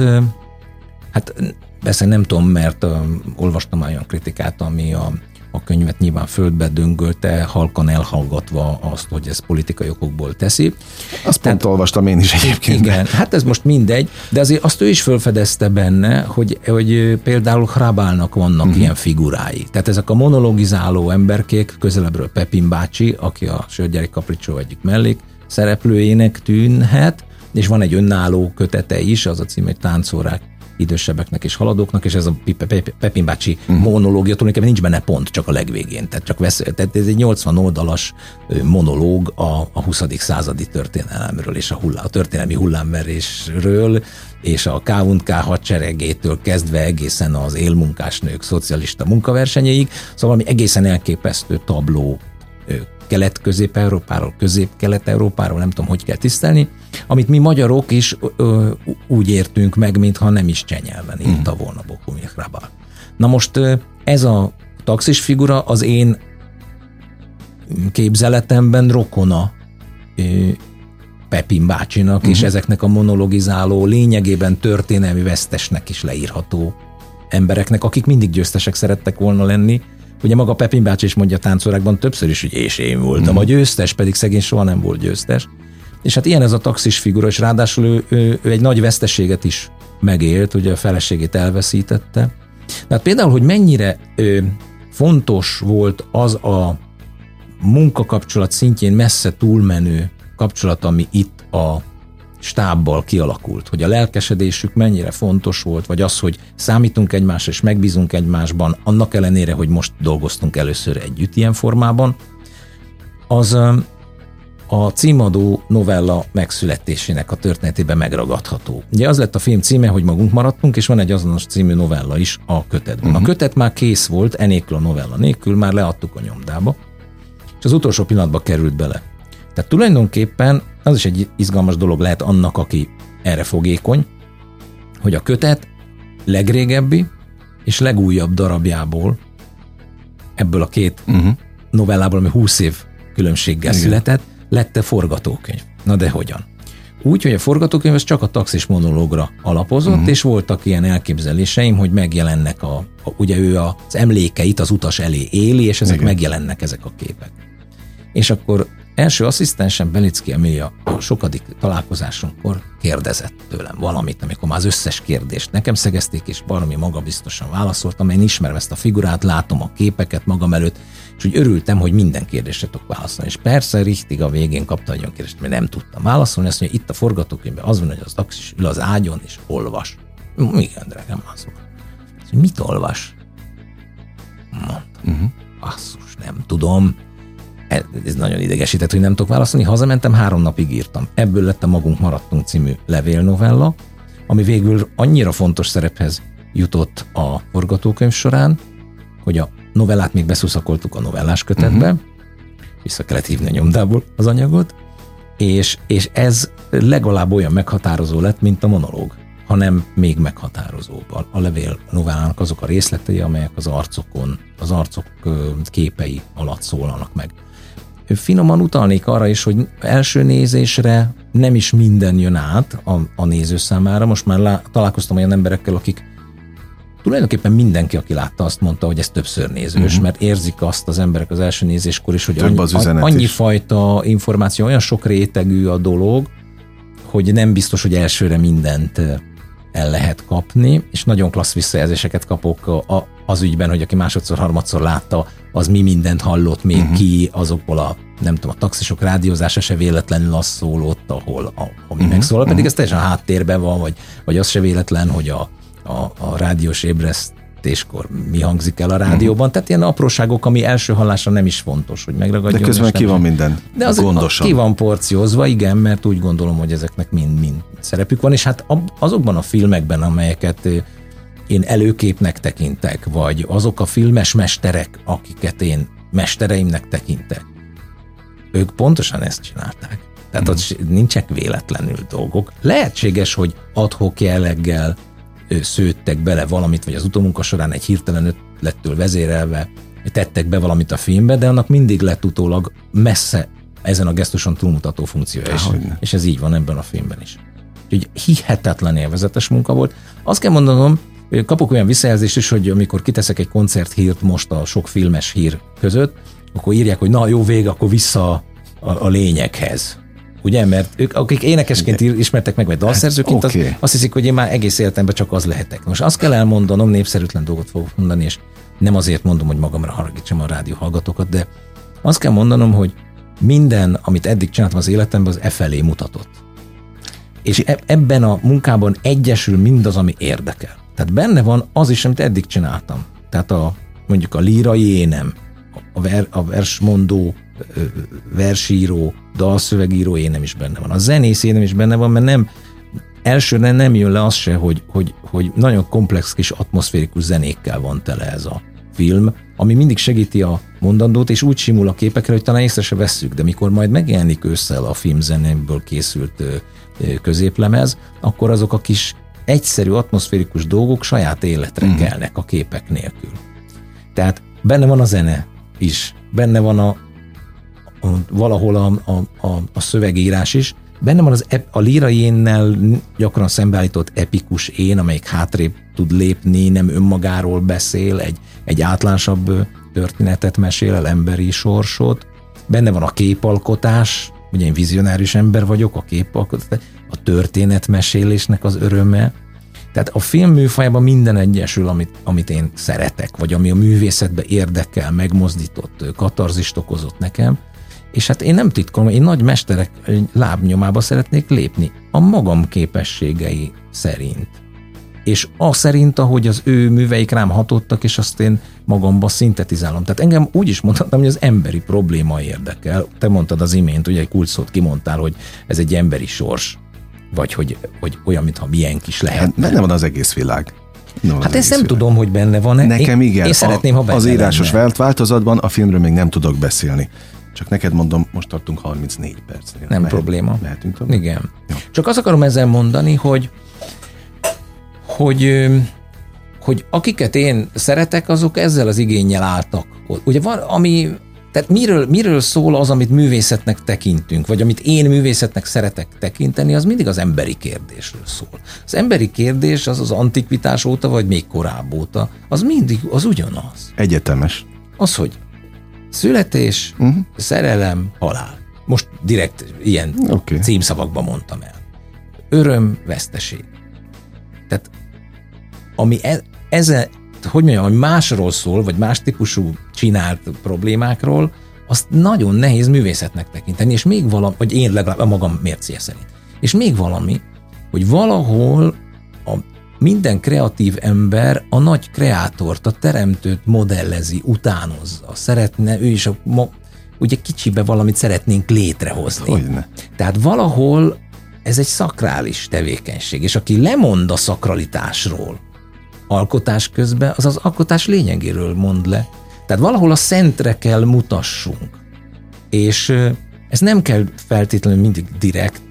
hát persze nem tudom, mert olvastam olyan kritikát, ami a könyvet nyilván földbe döngölte, halkan elhallgatva azt, hogy ez politikai okokból teszi. Azt pont olvastam én is egyébként. Igen, hát ez most mindegy, de azért azt ő is felfedezte benne, hogy például Hrabálnak vannak ilyen figurái. Tehát ezek a monologizáló emberkék, közelebbről Pepin bácsi, aki a Sörgyeri Kapricsó egyik mellék szereplőjének tűnhet, és van egy önálló kötete is, az a cím, hogy Táncórák idősebbeknek és haladóknak, és ez a Pepin bácsi monológia, tulajdonképpen nincs benne pont, csak a legvégén. Tehát ez egy 80 oldalas monológ a 20. századi történelemről, és a történelmi hullámverésről, és a K&K hadseregétől kezdve egészen az élmunkásnők szocialista munkaversenyéig, szóval valami egészen elképesztő tabló Kelet-Közép-Európáról, Közép-Kelet-Európáról, nem tudom, hogy kell tisztelni, amit mi magyarok is úgy értünk meg, mintha nem is csenyelven írta volna Bohumil Hrabal. Na most ez a taxis figura az én képzeletemben rokona Pepin bácsinak, és ezeknek a monologizáló, lényegében történelmi vesztesnek is leírható embereknek, akik mindig győztesek szerettek volna lenni. Ugye maga Pepin bácsi is mondja Táncórákban többször is, hogy és én voltam a győztes, pedig szegény soha nem volt győztes. És hát ilyen ez a taxis figura, és ráadásul ő egy nagy veszteséget is megélt, ugye a feleségét elveszítette. De hát például, hogy mennyire fontos volt az a munkakapcsolat szintjén messze túlmenő kapcsolat, ami itt a stábbal kialakult, hogy a lelkesedésük mennyire fontos volt, vagy az, hogy számítunk egymásra és megbízunk egymásban, annak ellenére, hogy most dolgoztunk először együtt ilyen formában, a címadó novella megszületésének a történetében megragadható. Ugye az lett a film címe, hogy magunk maradtunk, és van egy azonos című novella is a kötetben. A kötet már kész volt, enélkül a novella nélkül, már leadtuk a nyomdába, és az utolsó pillanatban került bele. Tehát tulajdonképpen az is egy izgalmas dolog lehet annak, aki erre fogékony, hogy a kötet legrégebbi és legújabb darabjából, ebből a két novellából, ami 20 év különbséggel született, lett a forgatókönyv. Na de hogyan? Úgy, hogy a forgatókönyv az csak a taxis monológra alapozott, és voltak ilyen elképzeléseim, hogy megjelennek ugye ő az emlékeit az utas elé éli, és ezek megjelennek ezek a képek. És akkor első asszisztensem, Belicki Emília a sokadik találkozásunkkor kérdezett tőlem valamit, amikor már az összes kérdést nekem szegezték, és baromi magabiztosan válaszoltam, én ismerem ezt a figurát, látom a képeket magam előtt, és úgy örültem, hogy minden kérdésre tudok válaszolni. És persze richtig a végén kaptam egy olyan kérdést, mert nem tudtam válaszolni, azt mondja, itt a forgatókönyvben az van, hogy az taxis ül az ágyon és olvas. Igen, drágám, azok. Mit olvas? Mondtam, basszus, nem tudom. Ez nagyon idegesített, hogy nem tudok válaszolni. Hazamentem, 3 napig írtam. Ebből lett a Magunk maradtunk című levélnovella, ami végül annyira fontos szerephez jutott a forgatókönyv során, hogy a novellát még beszuszakoltuk a novellás kötetbe, vissza kellett hívni a nyomdából az anyagot, és ez legalább olyan meghatározó lett, mint a monológ, hanem még meghatározóbb. A levél novellának azok a részletei, amelyek az arcok képei alatt szólalnak meg. Finoman utalnék arra is, hogy első nézésre nem is minden jön át a néző számára. Most már találkoztam olyan emberekkel, akik tulajdonképpen mindenki, aki látta, azt mondta, hogy ez többször nézős, mert érzik azt az emberek az első nézéskor is, hogy annyi fajta információ, olyan sok rétegű a dolog, hogy nem biztos, hogy elsőre mindent el lehet kapni, és nagyon klassz visszajelzéseket kapok az ügyben, hogy aki másodszor, harmadszor látta, az mi mindent hallott még ki azokból nem tudom, a taxisok rádiózása se véletlenül az szólott, ami megszólal, pedig ez teljesen háttérben van, vagy az se véletlen, hogy a rádiós ébresztéskor mi hangzik el a rádióban, tehát ilyen apróságok, ami első hallásra nem is fontos, hogy megragadjon. De közben ki van minden gondosan. Ki van porciózva, igen, mert úgy gondolom, hogy ezeknek mind szerepük van, és hát azokban a filmekben, amelyeket én előképnek tekintek, vagy azok a filmes mesterek, akiket én mestereimnek tekintek, ők pontosan ezt csinálták. Tehát ott nincsenek véletlenül dolgok. Lehetséges, hogy ad-hoc jelleggel szőttek bele valamit, vagy az utómunka során egy hirtelen ötlettől vezérelve tettek be valamit a filmbe, de annak mindig lett utólag messze ezen a gesztuson túlmutató funkciója is. És ez így van ebben a filmben is. Úgyhogy hihetetlen élvezetes munka volt. Azt kell mondanom, kapok olyan visszajelzést is, hogy amikor kiteszek egy koncerthírt most a sok filmes hír között, akkor írják, hogy na jó, vége, akkor vissza a lényeghez. Ugye, mert ők, akik énekesként ismertek meg, vagy dalszerzőként, azt hiszik, hogy én már egész életemben csak az lehetek. Most azt kell elmondanom, népszerűtlen dolgot fogok mondani, és nem azért mondom, hogy magamra haragítsam a rádió hallgatókat, de azt kell mondanom, hogy minden, amit eddig csináltam az életemben, az felé mutatott. És ebben a munkában egyesül mindaz, ami érdekel. Tehát benne van az is, amit eddig csináltam. Tehát mondjuk a lírai énem, a versmondó, versíró, dalszövegíró énem is benne van. A zenész énem is benne van, mert elsőre nem jön le az se, hogy nagyon komplex kis atmoszférikus zenékkel van tele ez a film, ami mindig segíti a mondandót, és úgy simul a képekre, hogy talán észre se vesszük, de mikor majd megjelenik ősszel a filmzenéből készült középlemez, akkor azok a kis egyszerű atmoszférikus dolgok saját életre kelnek a képek nélkül. Tehát benne van a zene is, benne van valahol a szövegírás is, benne van a lírai énnel gyakran szembeállított epikus én, amelyik hátrébb tud lépni, nem önmagáról beszél, egy átlásabb történetet mesél el, emberi sorsot. Benne van a képalkotás, ugye én vizionárius ember vagyok, a képalkotás, a történetmesélésnek az öröme. Tehát a film műfajában minden egyesül, amit én szeretek, vagy ami a művészetbe érdekel, megmozdított, katarzist okozott nekem. És hát én nem titkolom, én nagy mesterek lábnyomába szeretnék lépni a magam képességei szerint. és az szerint, ahogy az ő műveik rám hatottak, és azt én magamba szintetizálom. Tehát engem úgy is mondhatnám, hogy az emberi probléma érdekel. Te mondtad az imént, ugye egy kulcsszót kimondtál, hogy ez egy emberi sors, vagy hogy olyan, mintha milyen kis lehet. Hát benne van az egész világ. Hát ezt nem tudom, hogy benne van-e. Nekem igen. Én szeretném, ha benne az írásos lenne. változatban a filmről még nem tudok beszélni. Csak neked mondom, most tartunk 34 percnél. Nem probléma. Mehetünk tovább? Igen. Jó. Csak azt akarom ezzel mondani, hogy akiket én szeretek, azok ezzel az igénnyel álltak. Ugye van, tehát miről szól az, amit művészetnek tekintünk, vagy amit én művészetnek szeretek tekinteni, az mindig az emberi kérdésről szól. Az emberi kérdés az antikvitás óta, vagy még korábban óta, az mindig az ugyanaz. Egyetemes. Az, hogy születés, szerelem, halál. Most direkt ilyen címszavakban mondtam el. Öröm, veszteség. Tehát ami hogy mondjam, hogy másról szól, vagy más típusú csinált problémákról, azt nagyon nehéz művészetnek tekinteni, és még valami, vagy én legalább a magam mércéje szerint. És még valami, hogy valahol minden kreatív ember a nagy kreátort, a teremtőt modellezi, utánozza, szeretne, ő is ugye kicsibe valamit szeretnénk létrehozni. Hogyne. Tehát valahol ez egy szakrális tevékenység, és aki lemond a szakralitásról alkotás közben, az alkotás lényegéről mond le. Tehát valahol a szentre kell mutassunk. És ez nem kell feltétlenül mindig direkt,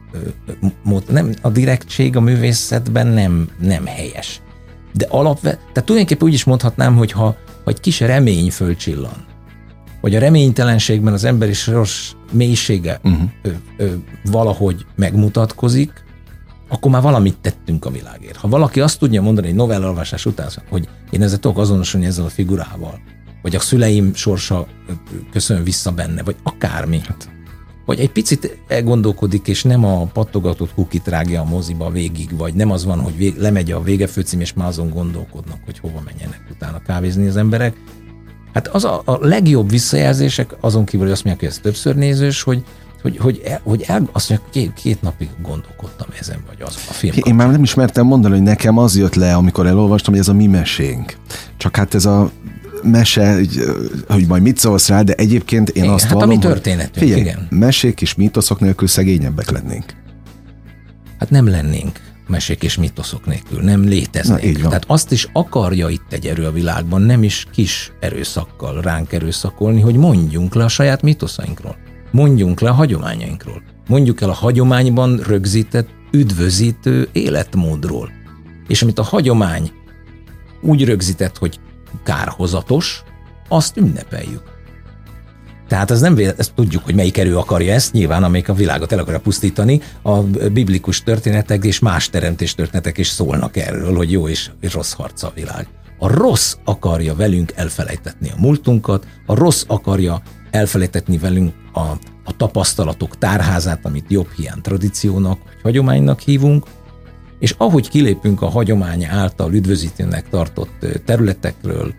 a direktség a művészetben nem helyes. De tehát tulajdonképpen úgy is mondhatnám, hogy ha egy kis remény fölcsillan, vagy a reménytelenségben az emberi sors mélysége valahogy megmutatkozik, akkor már valamit tettünk a világért. Ha valaki azt tudja mondani egy novellaolvasás után, hogy én ezzel tudok azonosulni ezzel a figurával, vagy a szüleim sorsa köszön vissza benne, vagy akármi, vagy egy picit elgondolkodik, és nem a pattogatott kukit rágja a moziba végig, vagy nem az van, hogy lemegy a végefőcím, és már azon gondolkodnak, hogy hova menjenek utána kávézni az emberek. Hát az a legjobb visszajelzések, azon kívül, hogy azt mondják, hogy ez többször nézős, hogy azt mondja, két napig gondolkodtam ezen, vagy az a film. Én már nem ismertem mondani, hogy nekem az jött le, amikor elolvastam, hogy ez a mi mesénk. Csak hát ez a mese, hogy majd mit szólsz rá, de egyébként én azt vallom, a mi történetünk, figyelj, igen. Mesék és mítoszok nélkül szegényebbek lennénk. Hát nem lennénk mesék és mítoszok nélkül, nem léteznénk. Tehát azt is akarja itt egy erő a világban, nem is kis erőszakkal ránk erőszakolni, hogy mondjunk le a saját mítoszainkról. Mondjunk le a hagyományainkról. Mondjuk el a hagyományban rögzített, üdvözítő életmódról. És amit a hagyomány úgy rögzített, hogy kárhozatos, azt ünnepeljük. Tehát ez nem ezt tudjuk, hogy melyik erő akarja ezt, nyilván amelyik a világot el akarja pusztítani, a biblikus történetek és más teremtés történetek is szólnak erről, hogy jó és rossz harc a világ. A rossz akarja velünk elfelejtetni a múltunkat, a rossz akarja elfelejtetni velünk a tapasztalatok tárházát, amit jobb hiány tradíciónak, vagy hagyománynak hívunk, és ahogy kilépünk a hagyomány által üdvözítőnek tartott területekről,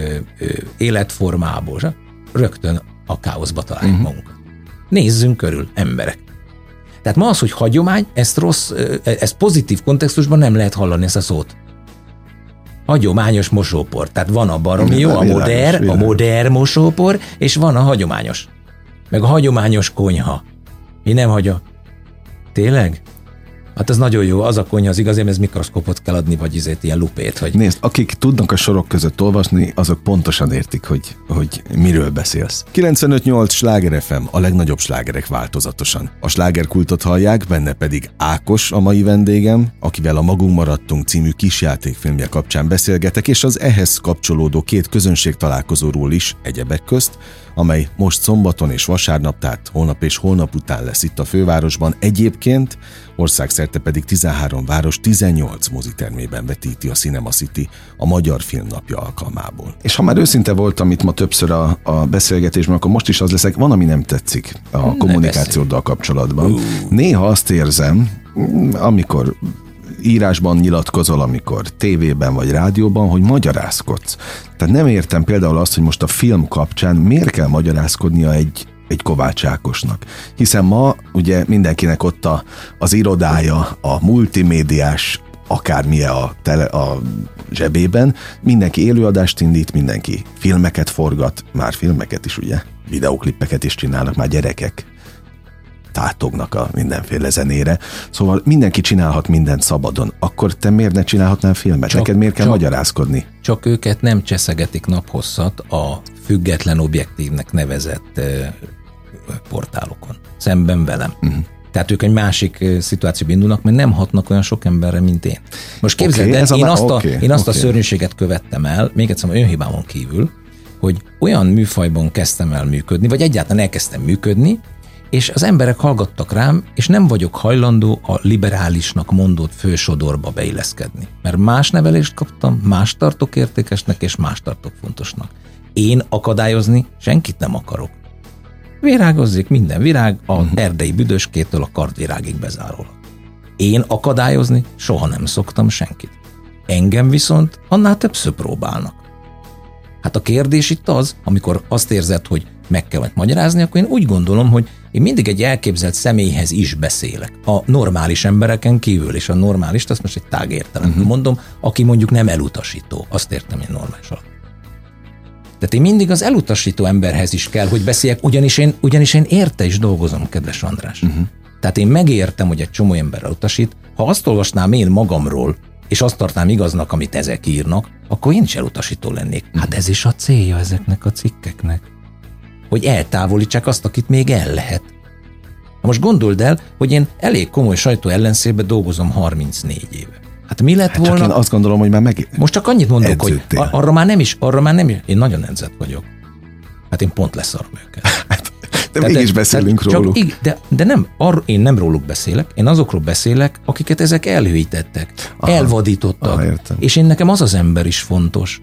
életformából, rögtön a káoszba találjuk magunkat. Nézzünk körül, emberek. Tehát ma az, hogy hagyomány, ezt pozitív kontextusban nem lehet hallani ezt a szót. Hagyományos mosópor. Tehát van a baromi jó, a modern mosópor, és van a hagyományos. Meg a hagyományos konyha. Mi nem hagyja. Tényleg? Hát ez nagyon jó, az a konyha az igaz, ez mikroszkópot kell adni, vagy ilyen lupét. Hogy... Nézd, akik tudnak a sorok között olvasni, azok pontosan értik, hogy miről beszélsz. 95.8 Sláger FM, a legnagyobb slágerek változatosan. A slágerkultot hallják, benne pedig Ákos a mai vendégem, akivel a Magunk maradtunk című kisjátékfilmje kapcsán beszélgetek, és az ehhez kapcsolódó két közönségtalálkozóról is egyebek közt, amely most szombaton és vasárnap, tehát holnap és holnap után lesz itt a fővárosban. Egyébként országszerte pedig 13 város 18 mozitermében vetíti a Cinema City a Magyar Filmnapja alkalmából. És ha már őszinte voltam itt ma többször a beszélgetésben, akkor most is az leszek, van, ami nem tetszik a kommunikációddal kapcsolatban. Néha azt érzem, amikor írásban nyilatkozol, amikor tévében vagy rádióban, hogy magyarázkodsz. Tehát nem értem például azt, hogy most a film kapcsán miért kell magyarázkodnia egy Kovács Ákosnak. Hiszen ma ugye mindenkinek ott az irodája, a multimédiás akármilyen a zsebében, mindenki élőadást indít, mindenki filmeket forgat, már filmeket is ugye, videóklippeket is csinálnak, már gyerekek tátognak a mindenféle zenére, szóval mindenki csinálhat mindent szabadon. Akkor te miért ne csinálhatnál filmet? Neked miért kell magyarázkodni? Csak őket nem cseszegetik naphosszat a független objektívnek nevezett portálokon. Szemben velem. Tehát ők egy másik szituációban indulnak, mert nem hatnak olyan sok emberre, mint én. Most képzeld el, én azt a szörnyűséget követtem el, még egyszer önhibámon kívül, hogy olyan műfajban kezdtem el működni, vagy egyáltalán elkezdtem működni, és az emberek hallgattak rám, és nem vagyok hajlandó a liberálisnak mondott fősodorba beilleszkedni. Mert más nevelést kaptam, más tartok értékesnek, és más tartok fontosnak. Én akadályozni senkit nem akarok. Virágozzék minden virág, a erdei büdöskétől a kardvirágig bezárólag. Én akadályozni soha nem szoktam senkit. Engem viszont annál többször próbálnak. Hát a kérdés itt az, amikor azt érzed, hogy meg kell magyarázni, akkor én úgy gondolom, hogy én mindig egy elképzelt személyhez is beszélek. A normális embereken kívül, és a normálist, azt most egy tág értelemben mondom, aki mondjuk nem elutasító. Azt értem én normális alatt. Tehát én mindig az elutasító emberhez is kell, hogy beszéljek, ugyanis én érte is dolgozom, kedves András. Tehát én megértem, hogy egy csomó ember elutasít. Ha azt olvasnám én magamról, és azt tartnám igaznak, amit ezek írnak, akkor én is elutasító lennék. Hát ez is a célja ezeknek a cikkeknek. Hogy eltávolítsák azt, akit még el lehet. Most gondold el, hogy én elég komoly sajtó ellenszélbe dolgozom 34 éve. Hát mi lett volna? Csak én azt gondolom, hogy már most csak annyit mondok, hogy arra már nem is. Én nagyon edzett vagyok. Hát én pont leszarom őket. De mégis beszélünk róluk. De nem, én nem róluk beszélek, én azokról beszélek, akiket ezek elhűítettek, elvadítottak. És nekem az ember is fontos.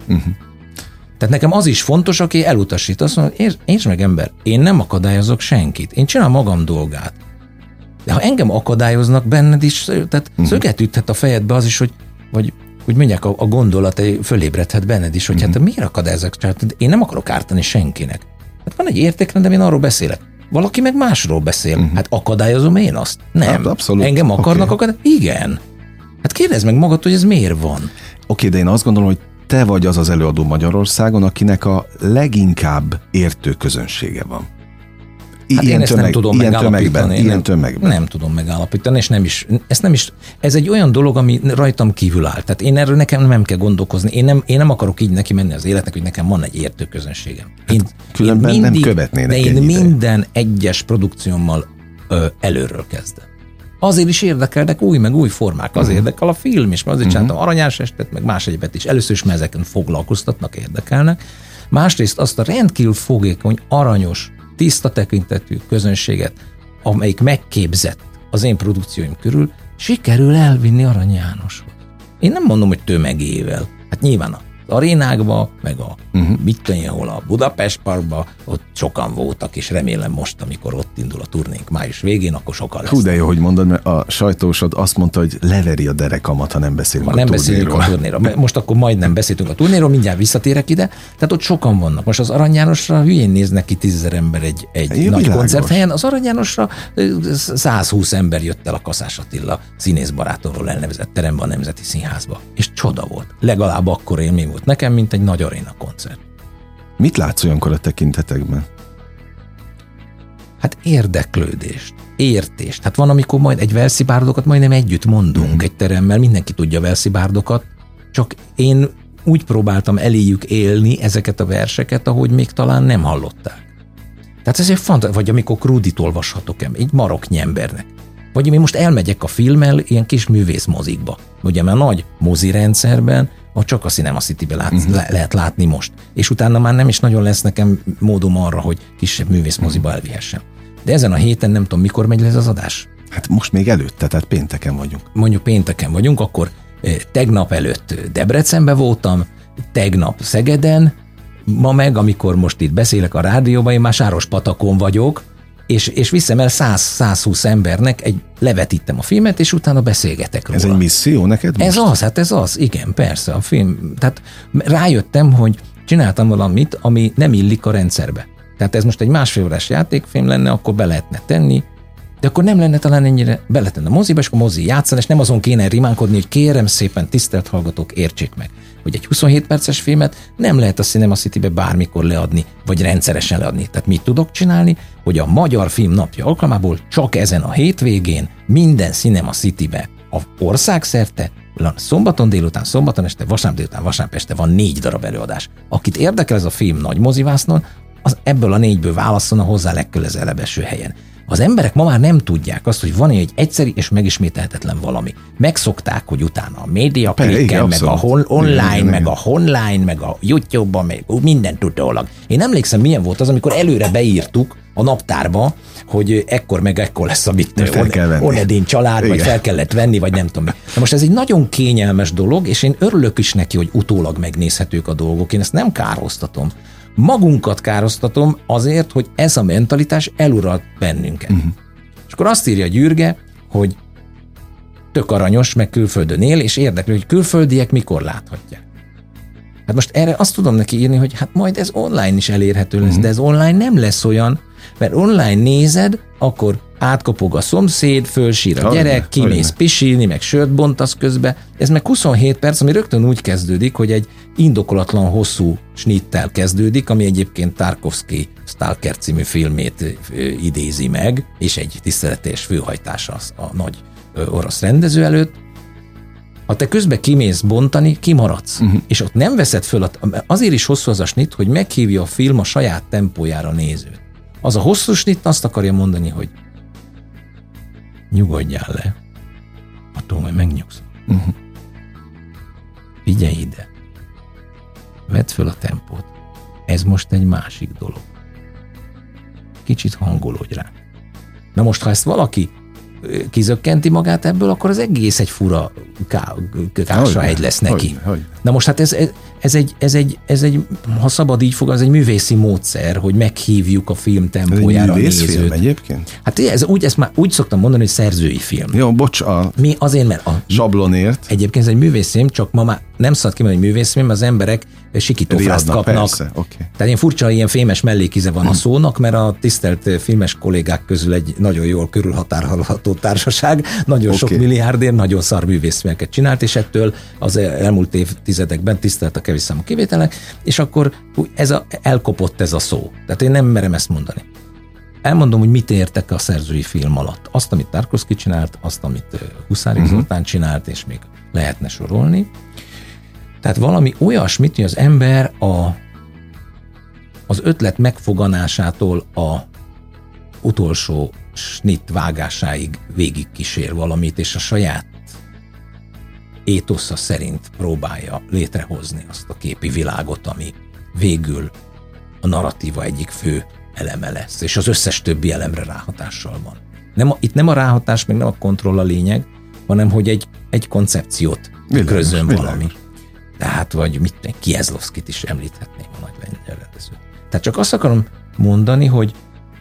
Tehát nekem az is fontos, aki elutasít. Azt mondja, értsd meg ember, én nem akadályozok senkit. Én csinálom magam dolgát. De ha engem akadályoznak, benned is, tehát szöget üthet a fejedbe az is, hogy úgy mondják, a gondolat fölébredhet benned is, hogy hát miért akadályozok? Én nem akarok ártani senkinek. Hát van egy értékrendem, én arról beszélek. Valaki meg másról beszél. Hát akadályozom én azt? Nem. Hát abszolút. Engem akarnak akadályozni? Igen. Hát kérdezd meg magad, hogy ez miért van. Oké, de én azt gondolom, hogy te vagy az előadó Magyarországon, akinek a leginkább értő közönsége van. Hát én ezt nem tudom megállapítani. Ilyen tömegben. Nem tudom megállapítani, és nem is. Ez egy olyan dolog, ami rajtam kívül áll. Tehát én erről nekem nem kell gondolkozni. Én nem akarok így neki menni az életnek, hogy nekem van egy értő közönségem. Különben nem követnének. De én minden egyes produkciómmal előről kezdem. Azért is érdekelnek új meg új formák, azért érdekel a film is, mert azért csináltam Aranyás estet, meg más egyebet is. Először is, mert ezeken foglalkoztatnak, érdekelnek. Másrészt azt a rendkívül fogékony, aranyos, tiszta tekintetű közönséget, amelyik megképzett az én produkcióim körül, sikerül elvinni Arany Jánoshoz. Én nem mondom, hogy tömegével. Hát nyilván az arénákba, meg mit tudom, hol a Budapest Parkba, ott sokan voltak, és remélem most, amikor ott indul a turnénk május végén, akkor sokan lesznek. Hú, de jó, hogy mondod, mert a sajtósod azt mondta, hogy leveri a derekamat, ha nem beszélünk a turnéról. Beszélünk a turnéról. Most akkor majdnem beszéltünk a turnéról, mindjárt visszatérek ide, tehát ott sokan vannak. Most az Arany Jánosra hülyén néznek ki 10 000 ember egy nagy koncerthelyen, az Arany Jánosra 120 ember jött el a Kaszás Attila színészbarátomról elnevezett terembe a Nemzeti Színházba. És csoda volt. Legalább akkor élmény volt nekem, mint egy nagy aréna koncert. Mit látsz olyankor a tekintetekben? Hát érdeklődést, értést. Hát van, amikor majd egy verszibárdokat majdnem együtt mondunk egy teremmel, mindenki tudja a verszibárdokat, csak én úgy próbáltam eléjük élni ezeket a verseket, ahogy még talán nem hallották. Tehát ez egy vagy amikor Krúdit olvashatok egy maroknyi embernek. Vagy én most elmegyek a filmmel ilyen kis művészmozikba. Ugye mert a nagy mozirendszerben csak a Cinema City-ben lehet látni most. És utána már nem is nagyon lesz nekem módom arra, hogy kisebb művészmoziba elvihessem. De ezen a héten nem tudom, mikor megy le ez az adás. Hát most még előtte, tehát pénteken vagyunk. Mondjuk pénteken vagyunk, akkor tegnap előtt Debrecenben voltam, tegnap Szegeden, ma meg, amikor most itt beszélek a rádióban, én már Sárospatakon vagyok, és viszem el 100-120 embernek, levetítem a filmet, és utána beszélgetek róla. Ez egy misszió neked most? Ez az, igen, persze, a film. Tehát rájöttem, hogy csináltam valamit, ami nem illik a rendszerbe. Tehát ez most egy 1,5 órás játékfilm lenne, akkor be lehetne tenni, De akkor nem lenne talán ennyire beletenni a moziba, és akkor mozi játszani, és nem azon kéne rimánkodni, hogy kérem szépen, tisztelt hallgatók, értsék meg, hogy egy 27 perces filmet nem lehet a Cinema City-be bármikor leadni, vagy rendszeresen leadni. Tehát mit tudok csinálni, hogy a Magyar Film Napja alkalmából csak ezen a hétvégén minden Cinema City-be a országszerte, szombaton délután, szombaton este, vasárnap délután, vasárnap este van 4 darab előadás. Akit érdekel ez a film nagy mozivásznon, az ebből a 4-ből válasszon a hozzá legközelebb eső helyen. Az emberek ma már nem tudják azt, hogy van egy egyszeri és megismételhetetlen valami. Megszokták, hogy utána a média klikken, meg a online, igen, meg a honline, meg a YouTube-ban, meg mindent utólag. Én emlékszem, milyen volt az, amikor előre beírtuk a naptárba, hogy ekkor meg ekkor lesz a Onedin család, igen, vagy fel kellett venni, vagy nem tudom. Na most ez egy nagyon kényelmes dolog, és én örülök is neki, hogy utólag megnézhetők a dolgok. Én ezt nem kárhoztatom. Magunkat károztatom azért, hogy ez a mentalitás eluralt bennünket. És akkor azt írja Gyürge, hogy tök aranyos, meg külföldön él, és érdekli, hogy külföldiek mikor láthatják. Hát most erre azt tudom neki írni, hogy hát majd ez online is elérhető lesz, de ez online nem lesz olyan, mert online nézed, akkor átkopog a szomszéd, fölsír a gyerek, kimész pisilni, meg sört bontasz közbe. Ez meg 27 perc, ami rögtön úgy kezdődik, hogy egy indokolatlan hosszú snittel kezdődik, ami egyébként Tarkovsky Stalker című filmét idézi meg, és egy tiszteletes főhajtása a nagy orosz rendező előtt. Ha te közben kimész bontani, kimaradsz. És ott nem veszed föl, azért is hosszú az a snit, hogy meghívja a film a saját tempójára nézőt. Az a hosszú snit azt akarja mondani, hogy nyugodjál le, attól majd megnyugsz. Figyelj ide, vedd föl a tempót, ez most egy másik dolog. Kicsit hangolódj rá. Na most, ha ezt valaki kizökkenti magát ebből, akkor az egész egy fura kársahegy lesz neki. Na most hát ez egy, ha szabad így fogalmazni, ez egy művészi módszer, hogy meghívjuk a film tempójára a nézőt. Ez egy művészfilm egyébként? Hát ezt már úgy szoktam mondani, hogy szerzői film. Jó, bocs, mi azért, mert a sablonért. Egyébként ez egy művészfilm, csak ma már nem szabad kimondani, hogy művészfilm, az emberek sikítófrászt kapnak. Persze, okay. Tehát ilyen furcsa, ilyen fémes mellékize van a szónak, mert a tisztelt filmes kollégák közül egy nagyon jól körülhatárolható társaság, nagyon sok milliárdért, nagyon szar művészfilmeket csinált, és ettől az elmúlt évtizedekben tisztelt a kevés számú kivételek, és akkor elkopott ez a szó. Tehát én nem merem ezt mondani. Elmondom, hogy mit értek a szerzői film alatt. Azt, amit Tarkovsky csinált, azt, amit Huszárik Zoltán csinált, és még lehetne sorolni. Tehát valami olyasmit, hogy az ember az ötlet megfoganásától a utolsó snit vágásáig végig kísér valamit, és a saját étosza szerint próbálja létrehozni azt a képi világot, ami végül a narratíva egyik fő eleme lesz, és az összes többi elemre ráhatással van. Itt nem a ráhatás, meg nem a kontroll a lényeg, hanem hogy egy koncepciót tükrözzön valami. Tehát, vagy Kieslowskit is említhetném, a nagy lengyel rendezőt. Tehát csak azt akarom mondani, hogy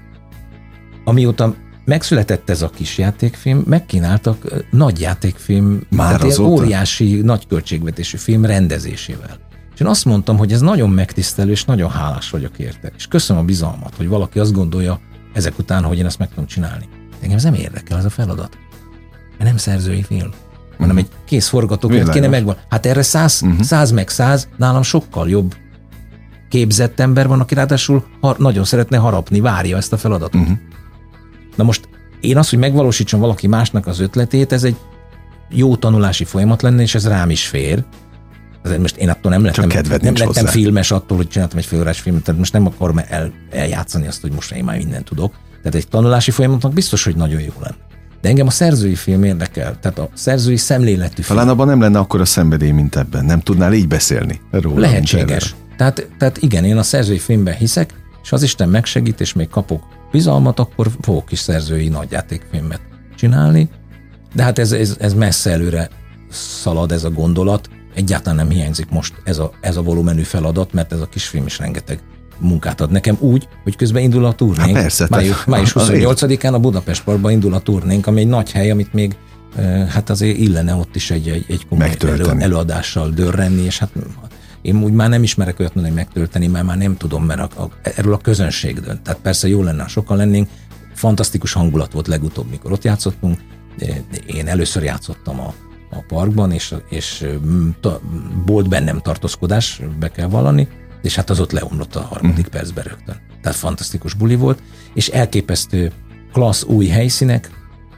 amióta megszületett ez a kis játékfilm, megkínáltak nagy játékfilm, már az óriási, nagy költségvetésű film rendezésével. És én azt mondtam, hogy ez nagyon megtisztelő, és nagyon hálás vagyok érte. És köszönöm a bizalmat, hogy valaki azt gondolja ezek után, hogy én ezt meg tudom csinálni. De engem ez nem érdekel, ez a feladat. Mert nem szerzői film, hanem egy kész forgatókönyv kéne megvan. Hát erre 100 meg 100, nálam sokkal jobb képzett ember van, aki ráadásul nagyon szeretne harapni, várja ezt a feladatot. Na most én azt, hogy megvalósítsam valaki másnak az ötletét, ez egy jó tanulási folyamat lenne, és ez rám is fér. Most én attól nem lettem filmes attól, hogy csináltam egy félórás filmet, tehát most nem akarom eljátszani azt, hogy most én már mindent tudok. Tehát egy tanulási folyamatnak biztos, hogy nagyon jó lenne. De engem a szerzői film érdekel, tehát a szerzői szemléletű film. Talán abban nem lenne akkora szenvedély, mint ebben. Nem tudnál így beszélni róla? Lehetséges. Tehát igen, én a szerzői filmben hiszek, és az Isten megsegít, és még kapok bizalmat, akkor fogok is szerzői nagyjátékfilmet csinálni. De hát ez messze előre szalad ez a gondolat. Egyáltalán nem hiányzik most ez a volumenű feladat, mert ez a kisfilm is rengeteg munkát ad nekem úgy, hogy közben indul a turnénk. Persze, május 28-án a Budapest Parkban indul a turnénk, ami egy nagy hely, amit még hát azért illene ott is egy komoly előadással dörrenni, és hát én úgy már nem ismerek olyat mondani, hogy megtölteni, mert már nem tudom, mert erről a közönség dönt. Tehát persze jó lenne, ha sokan lennénk, Fantasztikus hangulat volt legutóbb, mikor ott játszottunk. Én először játszottam a parkban, és volt bennem tartózkodás, be kell vallani, és hát az ott leomlott a harmadik percben rögtön. Tehát fantasztikus buli volt, és elképesztő klassz új helyszínek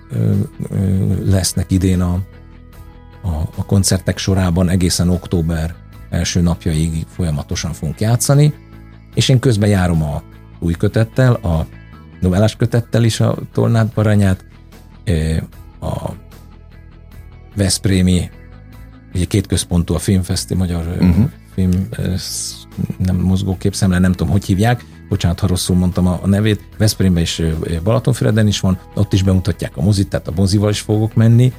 lesznek idén a koncertek sorában, egészen október első napjaig folyamatosan fogunk játszani, és én közben járom a új kötettel, a novellás kötettel is a Tornád Baranyát, a veszprémi, ugye két központú a filmfesztivál, magyar film, nem mozgóképszemle, nem tudom, hogy hívják, bocsánat, ha rosszul mondtam a nevét, Veszprémben és Balatonfüreden is van, ott is bemutatják a mozit, tehát a mozival is fogok menni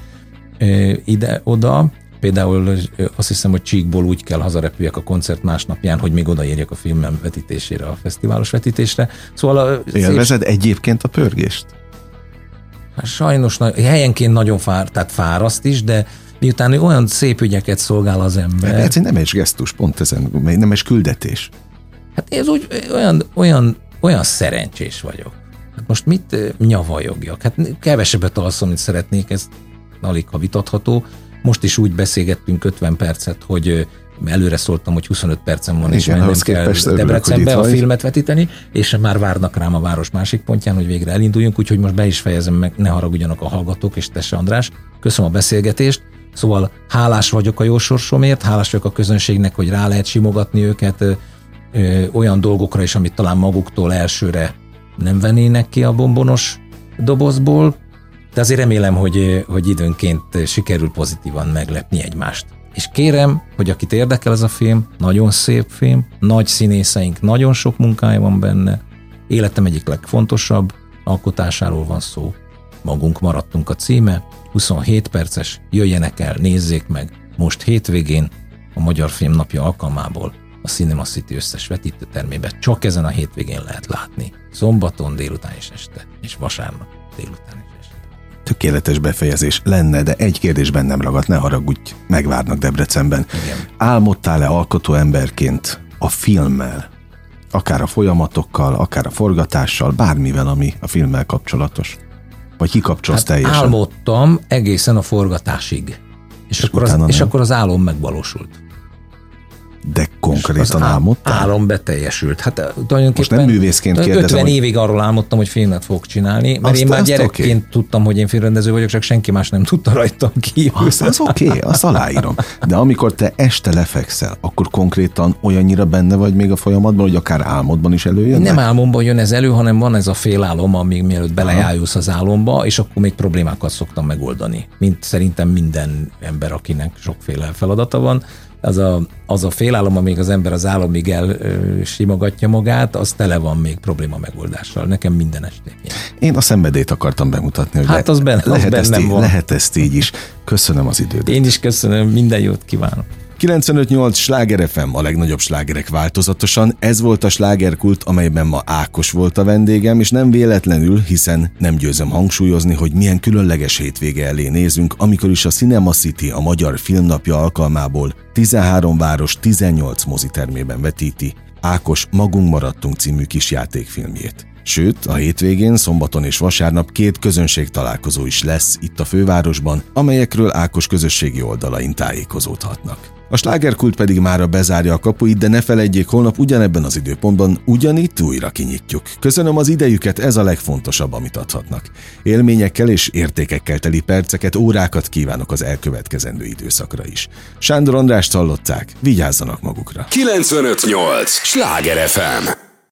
ide-oda. Például azt hiszem, hogy Csíkból úgy kell hazarepüljek a koncert másnapján, hogy még odaérjek a filmem vetítésére, a fesztiválos vetítésre. Szóval élvezed egyébként a pörgést? Hát sajnos helyenként nagyon fáraszt is, de miután olyan szép ügyeket szolgál az ember. Ez egy nemes gesztus, pont ezen, nemes küldetés. Hát ez úgy olyan szerencsés vagyok. Hát most mit nyavajogjak? Hát kevesebbet alszom, mint szeretnék, ez alig ha vitatható. Most is úgy beszélgettünk 50 percet, hogy előre szóltam, hogy 25 percem van, és mennem kell Debrecenbe a filmet vetíteni, és már várnak rám a város másik pontján, hogy végre elinduljunk, úgyhogy most be is fejezem meg, ne haragudjanak a hallgatók, és Tesse András. Köszönöm a beszélgetést, szóval hálás vagyok a jó sorsomért, hálás vagyok a közönségnek, hogy rá lehet simogatni őket olyan dolgokra is, amit talán maguktól elsőre nem vennének ki a bombonos dobozból, de azért remélem, hogy időnként sikerül pozitívan meglepni egymást. És kérem, hogy akit érdekel ez a film, nagyon szép film, nagy színészeink, nagyon sok munkája van benne, életem egyik legfontosabb alkotásáról van szó. Magunk maradtunk a címe, 27 perces, jöjjenek el, nézzék meg, most hétvégén a Magyar Filmnapja alkalmából a Cinema City összes vetítőtermében csak ezen a hétvégén lehet látni. Szombaton délután és este, és vasárnap délután és este. Tökéletes befejezés lenne, de egy kérdésben nem ragadt, ne haragudj, megvárnak Debrecenben. Igen. Álmodtál-e alkotó emberként a filmmel? Akár a folyamatokkal, akár a forgatással, bármivel, ami a filmmel kapcsolatos? Vagy kikapcsolsz teljesen? Álmodtam egészen a forgatásig. És akkor az álom megvalósult. De konkrétan álmodtál? Álom beteljesült. Hát tulajdonképpen most nem művészként kérdezem, 50 évig arról álmodtam, hogy filmet fogok csinálni, mert én már gyerekként tudtam, hogy én filmrendező vagyok, csak senki más nem tudta rajtam kívül. Az oké, azt aláírom. De amikor te este lefekszel, akkor konkrétan olyannyira benne vagy még a folyamatban, hogy akár álmodban is előjön? Nem álmomban jön ez elő, hanem van ez a félálom, amíg mielőtt belejájulsz az álomba, és akkor még problémákat szoktam megoldani. Mint szerintem minden ember, akinek sokféle feladata van. Az a félálom, amíg az ember az álomig elsimogatja magát, az tele van még probléma megoldással. Nekem minden este. Én a szenvedélyt akartam bemutatni, hogy hát az bennem van. Lehet ezt így is. Köszönöm az időt. Én is köszönöm, minden jót kívánok. 95.8 Sláger FM, a legnagyobb slágerek változatosan. Ez volt a Slágerkult, amelyben ma Ákos volt a vendégem, és nem véletlenül, hiszen nem győzöm hangsúlyozni, hogy milyen különleges hétvége elé nézünk, amikor is a Cinema City a Magyar Filmnapja alkalmából 13 város 18 mozitermében vetíti Ákos Magunk maradtunk című kisjátékfilmjét. Sőt, a hétvégén, szombaton és vasárnap 2 közönségtalálkozó is lesz itt a fővárosban, amelyekről Ákos közösségi oldalain tájékozódhatnak. A Slágerkult pedig mára bezárja a kapuit, de ne feledjék, holnap ugyanebben az időpontban ugyanitt újra kinyitjuk. Köszönöm az idejüket, ez a legfontosabb, amit adhatnak. Élményekkel és értékekkel teli perceket, órákat kívánok az elkövetkezendő időszakra is. Sándor Andrást hallották, vigyázzanak magukra. 95.8 Sláger FM